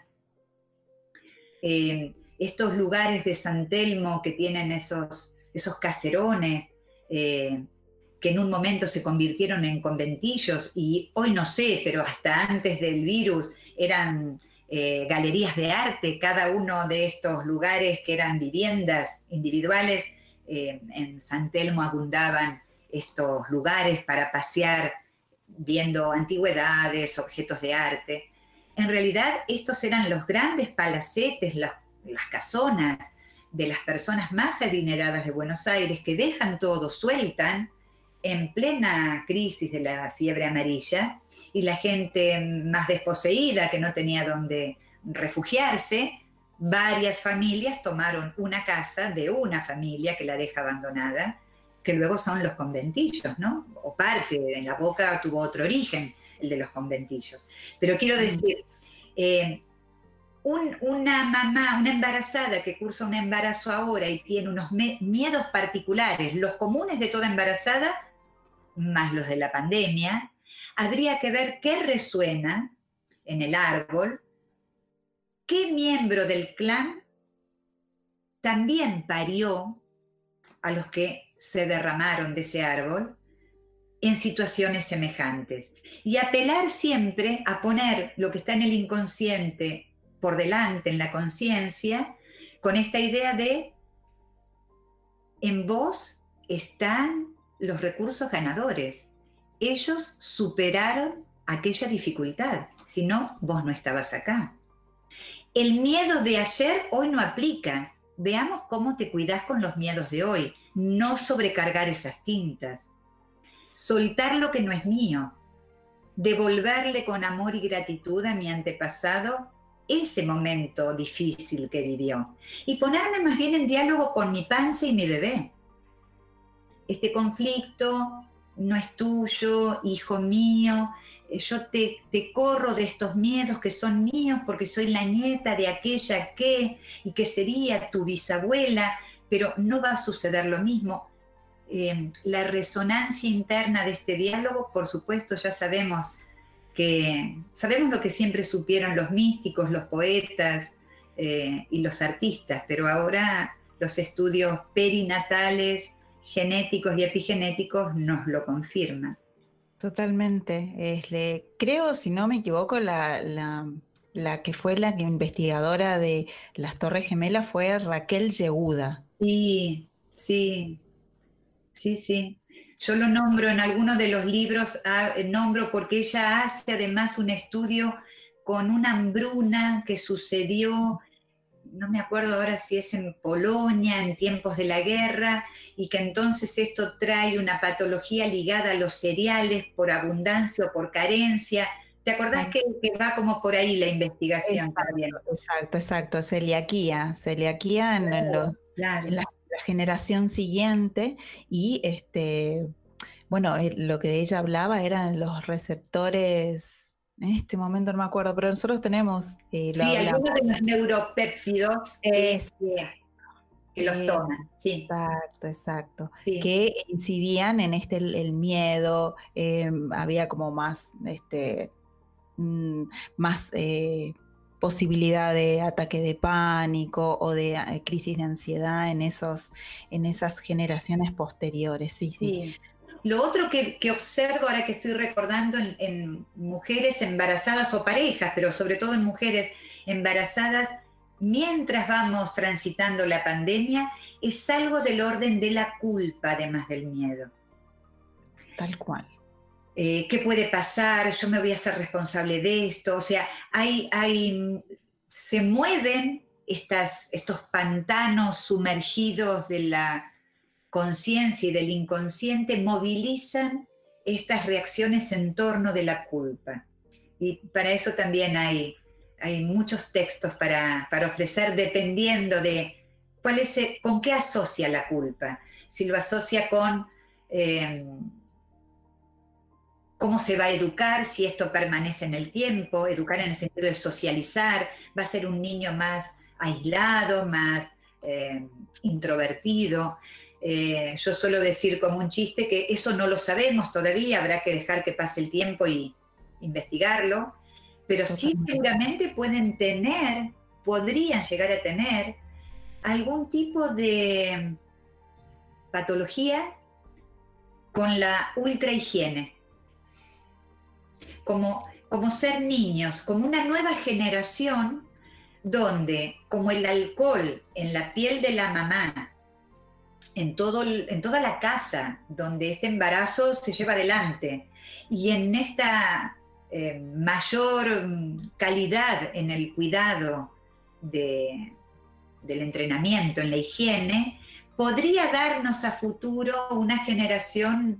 Eh, estos lugares de San Telmo que tienen esos, esos caserones, eh, que en un momento se convirtieron en conventillos y hoy no sé, pero hasta antes del virus eran eh, galerías de arte, cada uno de estos lugares que eran viviendas individuales, eh, en San Telmo abundaban estos lugares para pasear viendo antigüedades, objetos de arte. En realidad estos eran los grandes palacetes, las, las casonas de las personas más adineradas de Buenos Aires que dejan todo, sueltan en plena crisis de la fiebre amarilla, y la gente más desposeída que no tenía dónde refugiarse, varias familias tomaron una casa de una familia que la deja abandonada, que luego son los conventillos, ¿no? O parte, en La Boca tuvo otro origen, el de los conventillos. Pero quiero decir, eh, un, una mamá, una embarazada que cursa un embarazo ahora y tiene unos miedos particulares, los comunes de toda embarazada, más los de la pandemia, habría que ver qué resuena en el árbol, qué miembro del clan también parió a los que se derramaron de ese árbol en situaciones semejantes. Y apelar siempre a poner lo que está en el inconsciente por delante, en la conciencia, con esta idea de en vos están los recursos ganadores. Ellos superaron aquella dificultad, si no, vos no estabas acá. El miedo de ayer hoy no aplica. Veamos cómo te cuidás con los miedos de hoy. No sobrecargar esas tintas. Soltar lo que no es mío. Devolverle con amor y gratitud a mi antepasado ese momento difícil que vivió. Y ponerme más bien en diálogo con mi panza y mi bebé. Este conflicto no es tuyo, hijo mío. Yo te, te corro de estos miedos que son míos porque soy la nieta de aquella que, y que sería tu bisabuela, pero no va a suceder lo mismo. Eh, la resonancia interna de este diálogo, por supuesto, ya sabemos que sabemos lo que siempre supieron los místicos, los poetas eh, y los artistas, pero ahora los estudios perinatales, genéticos y epigenéticos nos lo confirman. Totalmente. Es le, creo, si no me equivoco, la, la, la que fue la investigadora de las Torres Gemelas fue Raquel Yehuda. Sí, sí, sí, sí. Yo lo nombro en algunos de los libros, nombro porque ella hace además un estudio con una hambruna que sucedió, no me acuerdo ahora si es en Polonia, en tiempos de la guerra, y que entonces esto trae una patología ligada a los cereales por abundancia o por carencia. ¿Te acordás que, que va como por ahí la investigación exacto, también? Exacto, exacto, celiaquía, celiaquía en, en, los, claro. en la, la generación siguiente, y este, bueno, lo que ella hablaba eran los receptores. En este momento no me acuerdo, pero nosotros tenemos... Eh, sí, algunos de los neuropéptidos es, que, que los eh, toman, sí. Exacto, exacto. Sí. Que incidían en este el, el miedo, eh, había como más, este, mm, más eh, posibilidad de ataque de pánico o de eh, crisis de ansiedad en, esos, en esas generaciones posteriores, sí, sí. sí. Lo otro que, que observo ahora que estoy recordando en, en mujeres embarazadas o parejas, pero sobre todo en mujeres embarazadas, mientras vamos transitando la pandemia, es algo del orden de la culpa, además del miedo. Tal cual. Eh, ¿Qué puede pasar? Yo me voy a hacer responsable de esto. O sea, hay, hay, se mueven estas, estos pantanos sumergidos de la conciencia y del inconsciente, movilizan estas reacciones en torno de la culpa. Y para eso también hay, hay muchos textos para, para ofrecer, dependiendo de cuál es, con qué asocia la culpa. Si lo asocia con eh, cómo se va a educar, si esto permanece en el tiempo, educar en el sentido de socializar, va a ser un niño más aislado, más eh, introvertido. Eh, yo suelo decir como un chiste que eso no lo sabemos todavía, habrá que dejar que pase el tiempo y investigarlo, pero sí seguramente pueden tener, podrían llegar a tener algún tipo de patología con la ultrahigiene, como, como ser niños, como una nueva generación donde, como el alcohol en la piel de la mamá, en, todo, en toda la casa donde este embarazo se lleva adelante, y en esta eh, mayor calidad en el cuidado de, del entrenamiento, en la higiene, podría darnos a futuro una generación,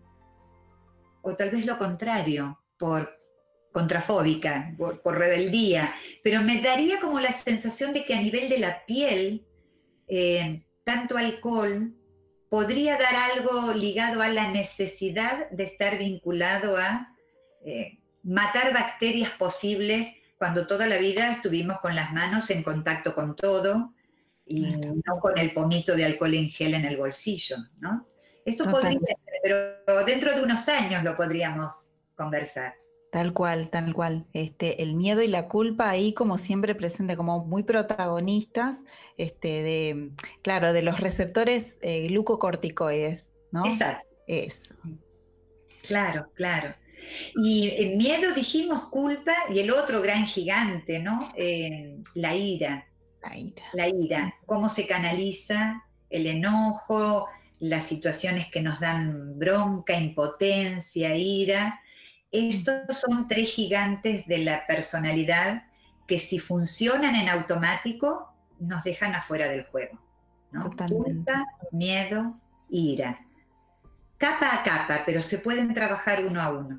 o tal vez lo contrario, por contrafóbica, por, por rebeldía, pero me daría como la sensación de que a nivel de la piel, eh, tanto alcohol podría dar algo ligado a la necesidad de estar vinculado a eh, matar bacterias posibles cuando toda la vida estuvimos con las manos en contacto con todo y claro, no con el pomito de alcohol en gel en el bolsillo, ¿no? Esto Total. podría ser, pero dentro de unos años lo podríamos conversar. Tal cual, tal cual. Este, el miedo y la culpa ahí como siempre presente, como muy protagonistas, este, de, claro, de los receptores eh, glucocorticoides, ¿no? Exacto. Eso. Claro, claro. Y el miedo dijimos culpa y el otro gran gigante, ¿no? Eh, la ira. La ira. La ira. Cómo se canaliza el enojo, las situaciones que nos dan bronca, impotencia, ira. Estos son tres gigantes de la personalidad que si funcionan en automático nos dejan afuera del juego, ¿no? Culpa, miedo, ira. Capa a capa, pero se pueden trabajar uno a uno.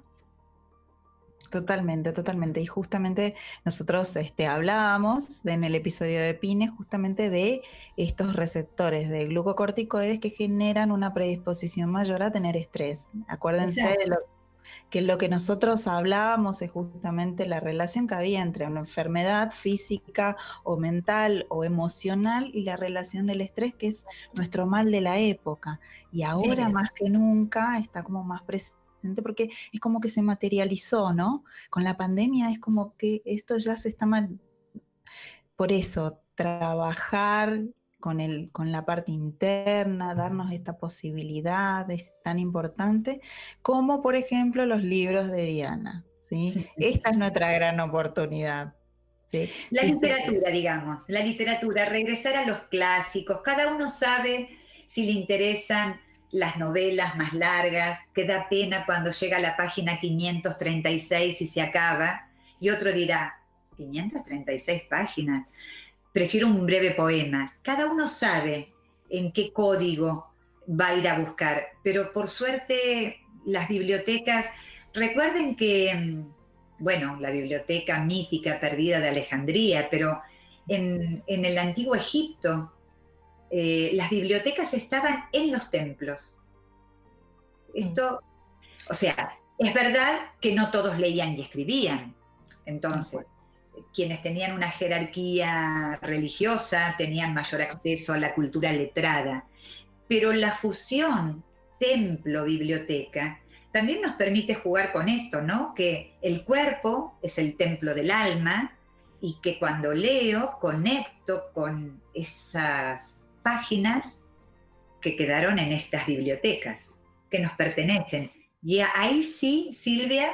Totalmente, totalmente. Y justamente nosotros este, hablábamos de, en el episodio de Pine justamente de estos receptores de glucocorticoides que generan una predisposición mayor a tener estrés. Acuérdense Exacto. de lo que lo que nosotros hablábamos es justamente la relación que había entre una enfermedad física o mental o emocional y la relación del estrés, que es nuestro mal de la época. Y ahora sí, más que nunca está como más presente porque es como que se materializó, ¿no? Con la pandemia es como que esto ya se está mal. Por eso, trabajar con, el, con la parte interna, darnos esta posibilidad es tan importante, como por ejemplo los libros de Diana, ¿sí? Esta es nuestra gran oportunidad. ¿Sí? La literatura, digamos, la literatura, regresar a los clásicos, cada uno sabe si le interesan las novelas más largas, que da pena cuando llega a la página quinientos treinta y seis y se acaba, y otro dirá, ¿quinientas treinta y seis páginas? Prefiero un breve poema. Cada uno sabe en qué código va a ir a buscar, pero por suerte las bibliotecas, recuerden que, bueno, la biblioteca mítica perdida de Alejandría, pero en, en el antiguo Egipto, eh, las bibliotecas estaban en los templos. Esto, o sea, es verdad que no todos leían y escribían, entonces quienes tenían una jerarquía religiosa tenían mayor acceso a la cultura letrada, pero la fusión templo-biblioteca también nos permite jugar con esto, ¿no? Que el cuerpo es el templo del alma y que cuando leo conecto con esas páginas que quedaron en estas bibliotecas, que nos pertenecen. Y ahí sí, Silvia,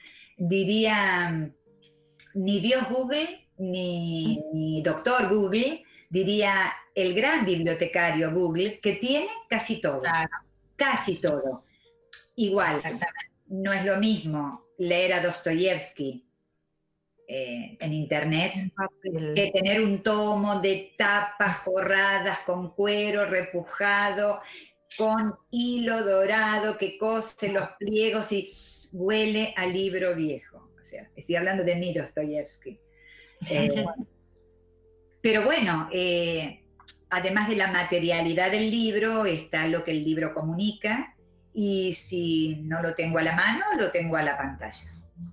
diría, ni Dios Google, ni, ni doctor Google, diría el gran bibliotecario Google, que tiene casi todo, claro. casi todo. Igual, no es lo mismo leer a Dostoyevsky eh, en internet que tener un tomo de tapas forradas con cuero repujado, con hilo dorado que cose los pliegos y huele a libro viejo. O sea, estoy hablando de mí, Dostoyevsky. Eh, pero bueno, eh, además de la materialidad del libro, está lo que el libro comunica, y si no lo tengo a la mano, lo tengo a la pantalla.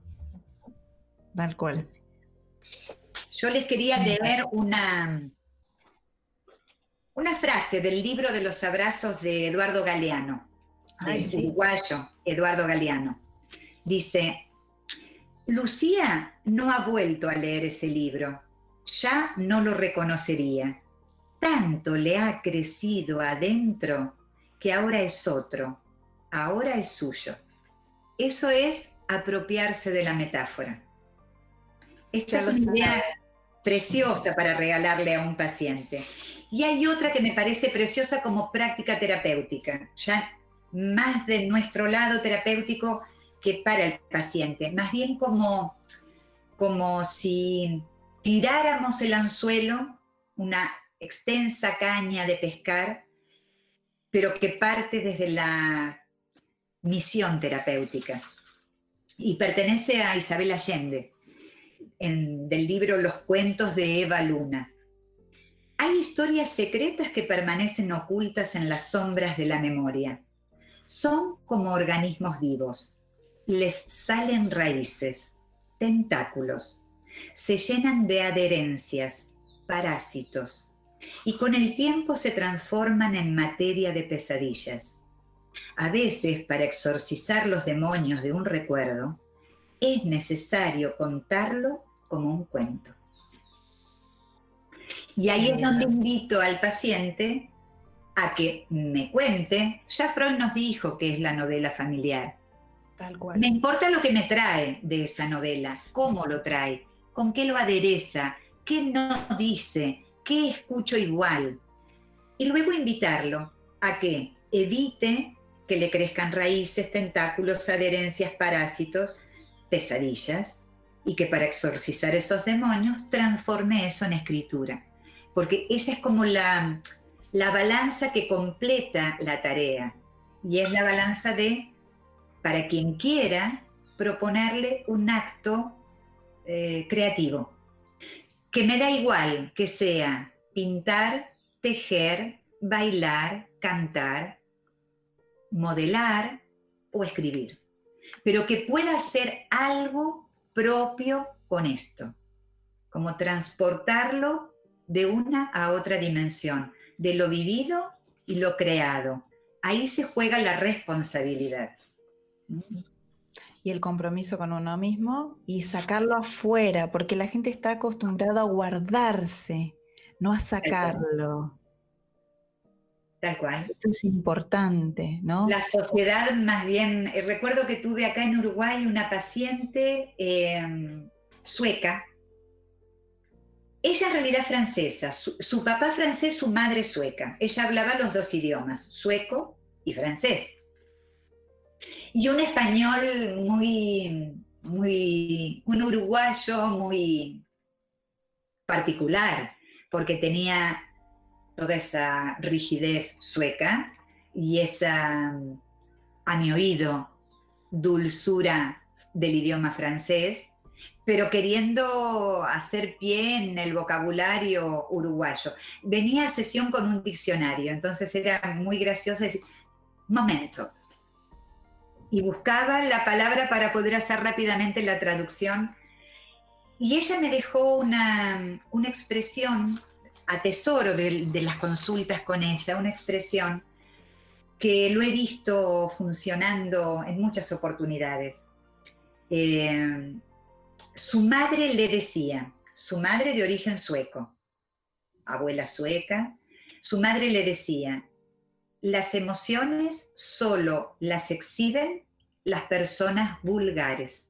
Tal cual. Yo les quería leer una, una frase del libro de los abrazos de Eduardo Galeano, del sí. uruguayo Eduardo Galeano. Dice, Lucía no ha vuelto a leer ese libro, ya no lo reconocería. Tanto le ha crecido adentro que ahora es otro, ahora es suyo. Eso es apropiarse de la metáfora. Esta es una idea preciosa para regalarle a un paciente. Y hay otra que me parece preciosa como práctica terapéutica, ya más de nuestro lado terapéutico que para el paciente, más bien como, como si tiráramos el anzuelo, una extensa caña de pescar, pero que parte desde la misión terapéutica. Y pertenece a Isabel Allende, en, del libro Los cuentos de Eva Luna. Hay historias secretas que permanecen ocultas en las sombras de la memoria. Son como organismos vivos. Les salen raíces, tentáculos, se llenan de adherencias, parásitos, y con el tiempo se transforman en materia de pesadillas. A veces, para exorcizar los demonios de un recuerdo, es necesario contarlo como un cuento. Y ahí es donde invito al paciente a que me cuente. Ya Freud nos dijo que es la novela familiar. Tal cual. Me importa lo que me trae de esa novela, cómo lo trae, con qué lo adereza, qué no dice, qué escucho igual. Y luego invitarlo a que evite que le crezcan raíces, tentáculos, adherencias, parásitos, pesadillas, y que para exorcizar esos demonios transforme eso en escritura. Porque esa es como la, la balanza que completa la tarea, y es la balanza de, para quien quiera, proponerle un acto eh, creativo, que me da igual que sea pintar, tejer, bailar, cantar, modelar o escribir, pero que pueda hacer algo propio con esto, como transportarlo de una a otra dimensión, de lo vivido y lo creado. Ahí se juega la responsabilidad. Y el compromiso con uno mismo y sacarlo afuera, porque la gente está acostumbrada a guardarse, no a sacarlo. Tal cual. Eso es importante, ¿no? La sociedad más bien, eh, recuerdo que tuve acá en Uruguay una paciente eh, sueca. Ella en realidad francesa, su, su papá francés, su madre sueca. Ella hablaba los dos idiomas, sueco y francés. Y un español muy, muy, un uruguayo muy particular, porque tenía toda esa rigidez sueca y esa, a mi oído, dulzura del idioma francés, pero queriendo hacer pie en el vocabulario uruguayo. Venía a sesión con un diccionario, entonces era muy gracioso decir, momento, y buscaba la palabra para poder hacer rápidamente la traducción. Y ella me dejó una, una expresión, atesoro de, de las consultas con ella, una expresión que lo he visto funcionando en muchas oportunidades. Eh, su madre le decía, su madre de origen sueco, abuela sueca, su madre le decía, las emociones solo las exhiben las personas vulgares.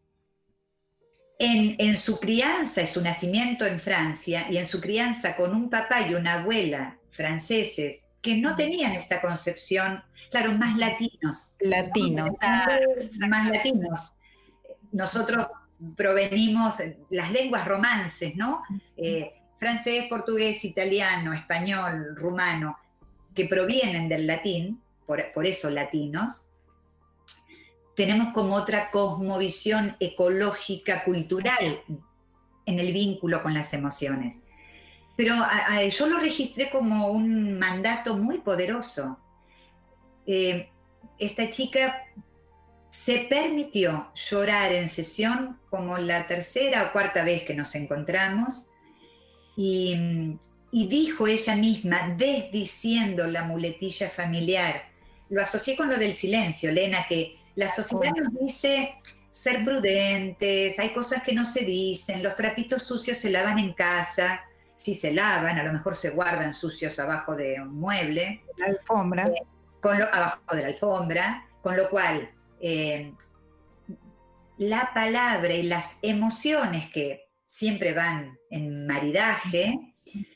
En, en su crianza, en su nacimiento en Francia, y en su crianza con un papá y una abuela franceses que no tenían esta concepción, claro, más latinos. Latinos. Más latinos. Nosotros provenimos, las lenguas romances, ¿no? Eh, francés, portugués, italiano, español, rumano, que provienen del latín, por, por eso latinos, tenemos como otra cosmovisión ecológica, cultural, en el vínculo con las emociones. Pero a, a, yo lo registré como un mandato muy poderoso. Eh, esta chica se permitió llorar en sesión como la tercera o cuarta vez que nos encontramos, y y dijo ella misma, desdiciendo la muletilla familiar. Lo asocié con lo del silencio, Lena, que la sociedad nos dice ser prudentes, hay cosas que no se dicen, los trapitos sucios se lavan en casa, si se lavan, a lo mejor se guardan sucios abajo de un mueble. La alfombra. Eh, con lo, abajo de la alfombra, con lo cual eh, la palabra y las emociones que siempre van en maridaje,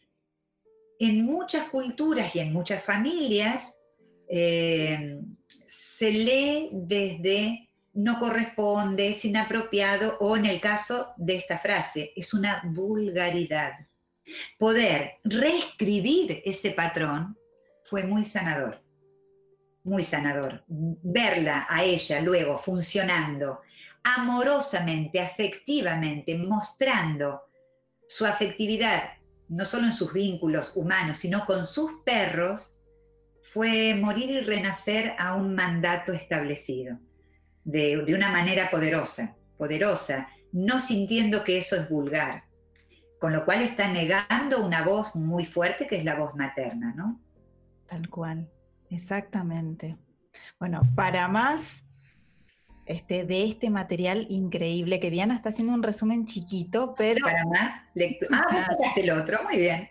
en muchas culturas y en muchas familias eh, se lee desde no corresponde, es inapropiado, o en el caso de esta frase, es una vulgaridad. Poder reescribir ese patrón fue muy sanador, muy sanador. Verla a ella luego funcionando amorosamente, afectivamente, mostrando su afectividad, no solo en sus vínculos humanos, sino con sus perros, fue morir y renacer a un mandato establecido, de, de una manera poderosa, poderosa, no sintiendo que eso es vulgar, con lo cual está negando una voz muy fuerte que es la voz materna, ¿no? Tal cual, exactamente. Bueno, para más este, de este material increíble, que Diana está haciendo un resumen chiquito, pero... Para más lectura. Ah, vos sacaste el otro, muy bien.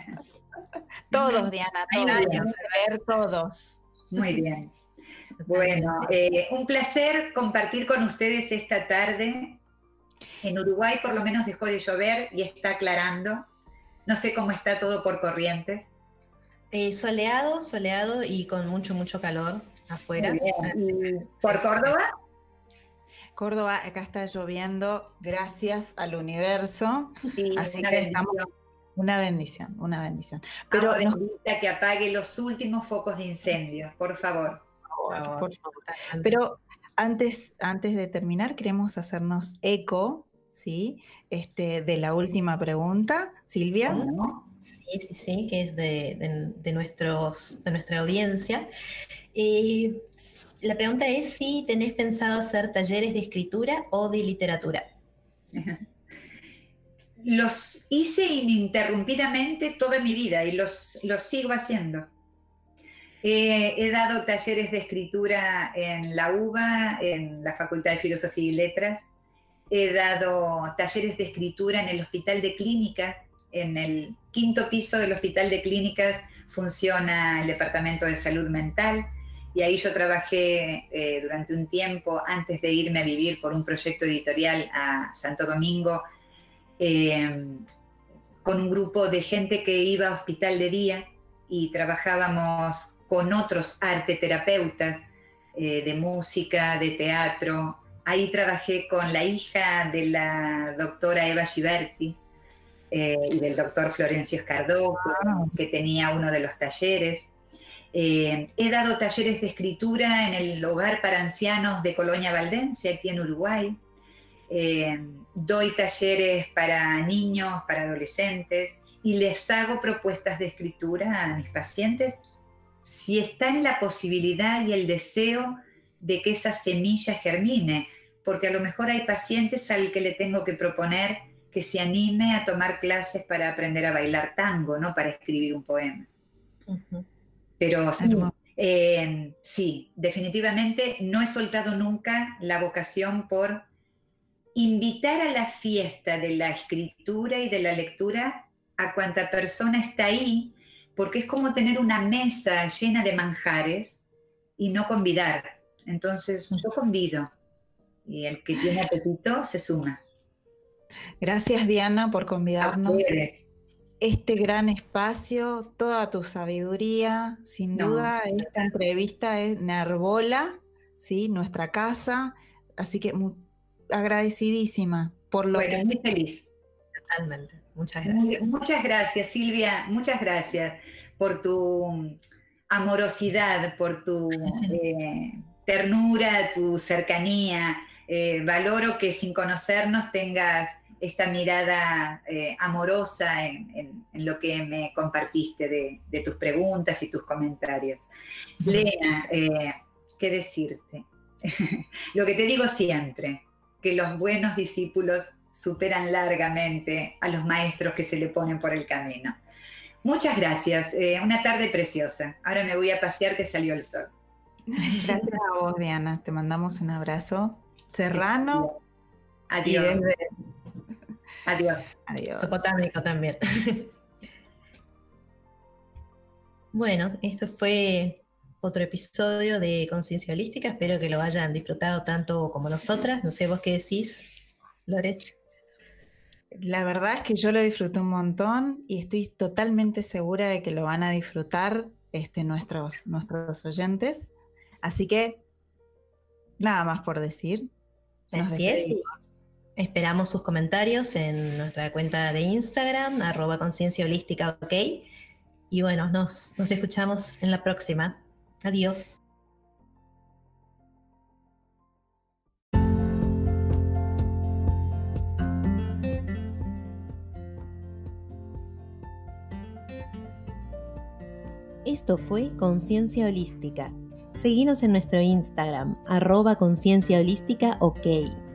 Todos, Diana, todos. Vamos a leer todos. Muy bien. Bueno, eh, un placer compartir con ustedes esta tarde. En Uruguay por lo menos dejó de llover y está aclarando. No sé cómo está todo por Corrientes. Eh, soleado, soleado y con mucho, mucho calor afuera. Así, ¿por Córdoba? Córdoba, acá está lloviendo, gracias al universo. Sí, así una que bendición. estamos... Una bendición, una bendición. Pero Pero nos... que apague los últimos focos de incendio, por favor. Por favor, por favor. Pero antes, antes de terminar, queremos hacernos eco, ¿sí? Este, de la última pregunta. Silvia. ¿Cómo? Sí, sí, sí, que es de, de, de, nuestros, de nuestra audiencia. Eh, la pregunta es si tenés pensado hacer talleres de escritura o de literatura. Los hice ininterrumpidamente toda mi vida y los, los sigo haciendo. Eh, he dado talleres de escritura en la UBA, en la Facultad de Filosofía y Letras. He dado talleres de escritura en el Hospital de Clínicas. En el quinto piso del Hospital de Clínicas funciona el Departamento de Salud Mental. Y ahí yo trabajé eh, durante un tiempo antes de irme a vivir por un proyecto editorial a Santo Domingo, Eh, con un grupo de gente que iba a hospital de día y trabajábamos con otros arteterapeutas eh, de música, de teatro. Ahí trabajé con la hija de la doctora Eva Giberti eh, y del doctor Florencio Escardó, que, que tenía uno de los talleres. Eh, he dado talleres de escritura en el Hogar para Ancianos de Colonia Valdense, aquí en Uruguay. Eh, doy talleres para niños, para adolescentes y les hago propuestas de escritura a mis pacientes si está en la posibilidad y el deseo de que esa semilla germine, porque a lo mejor hay pacientes al que le tengo que proponer que se anime a tomar clases para aprender a bailar tango, no para escribir un poema. Uh-huh. Pero sí, eh, sí, definitivamente no he soltado nunca la vocación por invitar a la fiesta de la escritura y de la lectura a cuanta persona está ahí, porque es como tener una mesa llena de manjares y no convidar. Entonces yo convido y el que tiene apetito se suma. Gracias, Diana, por convidarnos a este gran espacio, toda tu sabiduría. Sin no. duda, esta entrevista es Nervola, ¿sí? Nuestra casa, así que muy agradecidísima por lo bueno, que... muy feliz. Totalmente. Muchas gracias. Muchas gracias, Silvia. Muchas gracias por tu amorosidad, por tu eh, ternura, tu cercanía. Eh, valoro que sin conocernos tengas esta mirada eh, amorosa en, en, en lo que me compartiste de, de tus preguntas y tus comentarios. Uh-huh. Lena, eh, ¿qué decirte? Lo que te digo siempre, que los buenos discípulos superan largamente a los maestros que se le ponen por el camino. Muchas gracias, eh, una tarde preciosa. Ahora me voy a pasear que salió el sol. Gracias a vos, Diana. Te mandamos un abrazo serrano. Adiós. Y desde... Adiós. Adiós. Mesopotámico también. Bueno, esto fue otro episodio de Conciencia Holística. Espero que lo hayan disfrutado tanto como nosotras. No sé, ¿vos qué decís, Lore? La verdad es que yo lo disfruté un montón y estoy totalmente segura de que lo van a disfrutar este, nuestros, nuestros oyentes. Así que, nada más por decir. Nos Así es. despedimos. Esperamos sus comentarios en nuestra cuenta de Instagram, arroba conciencia holística, ok. Y bueno, nos, nos escuchamos en la próxima. Adiós. Esto fue Conciencia Holística. Seguinos en nuestro Instagram, arroba conciencia holística, ok.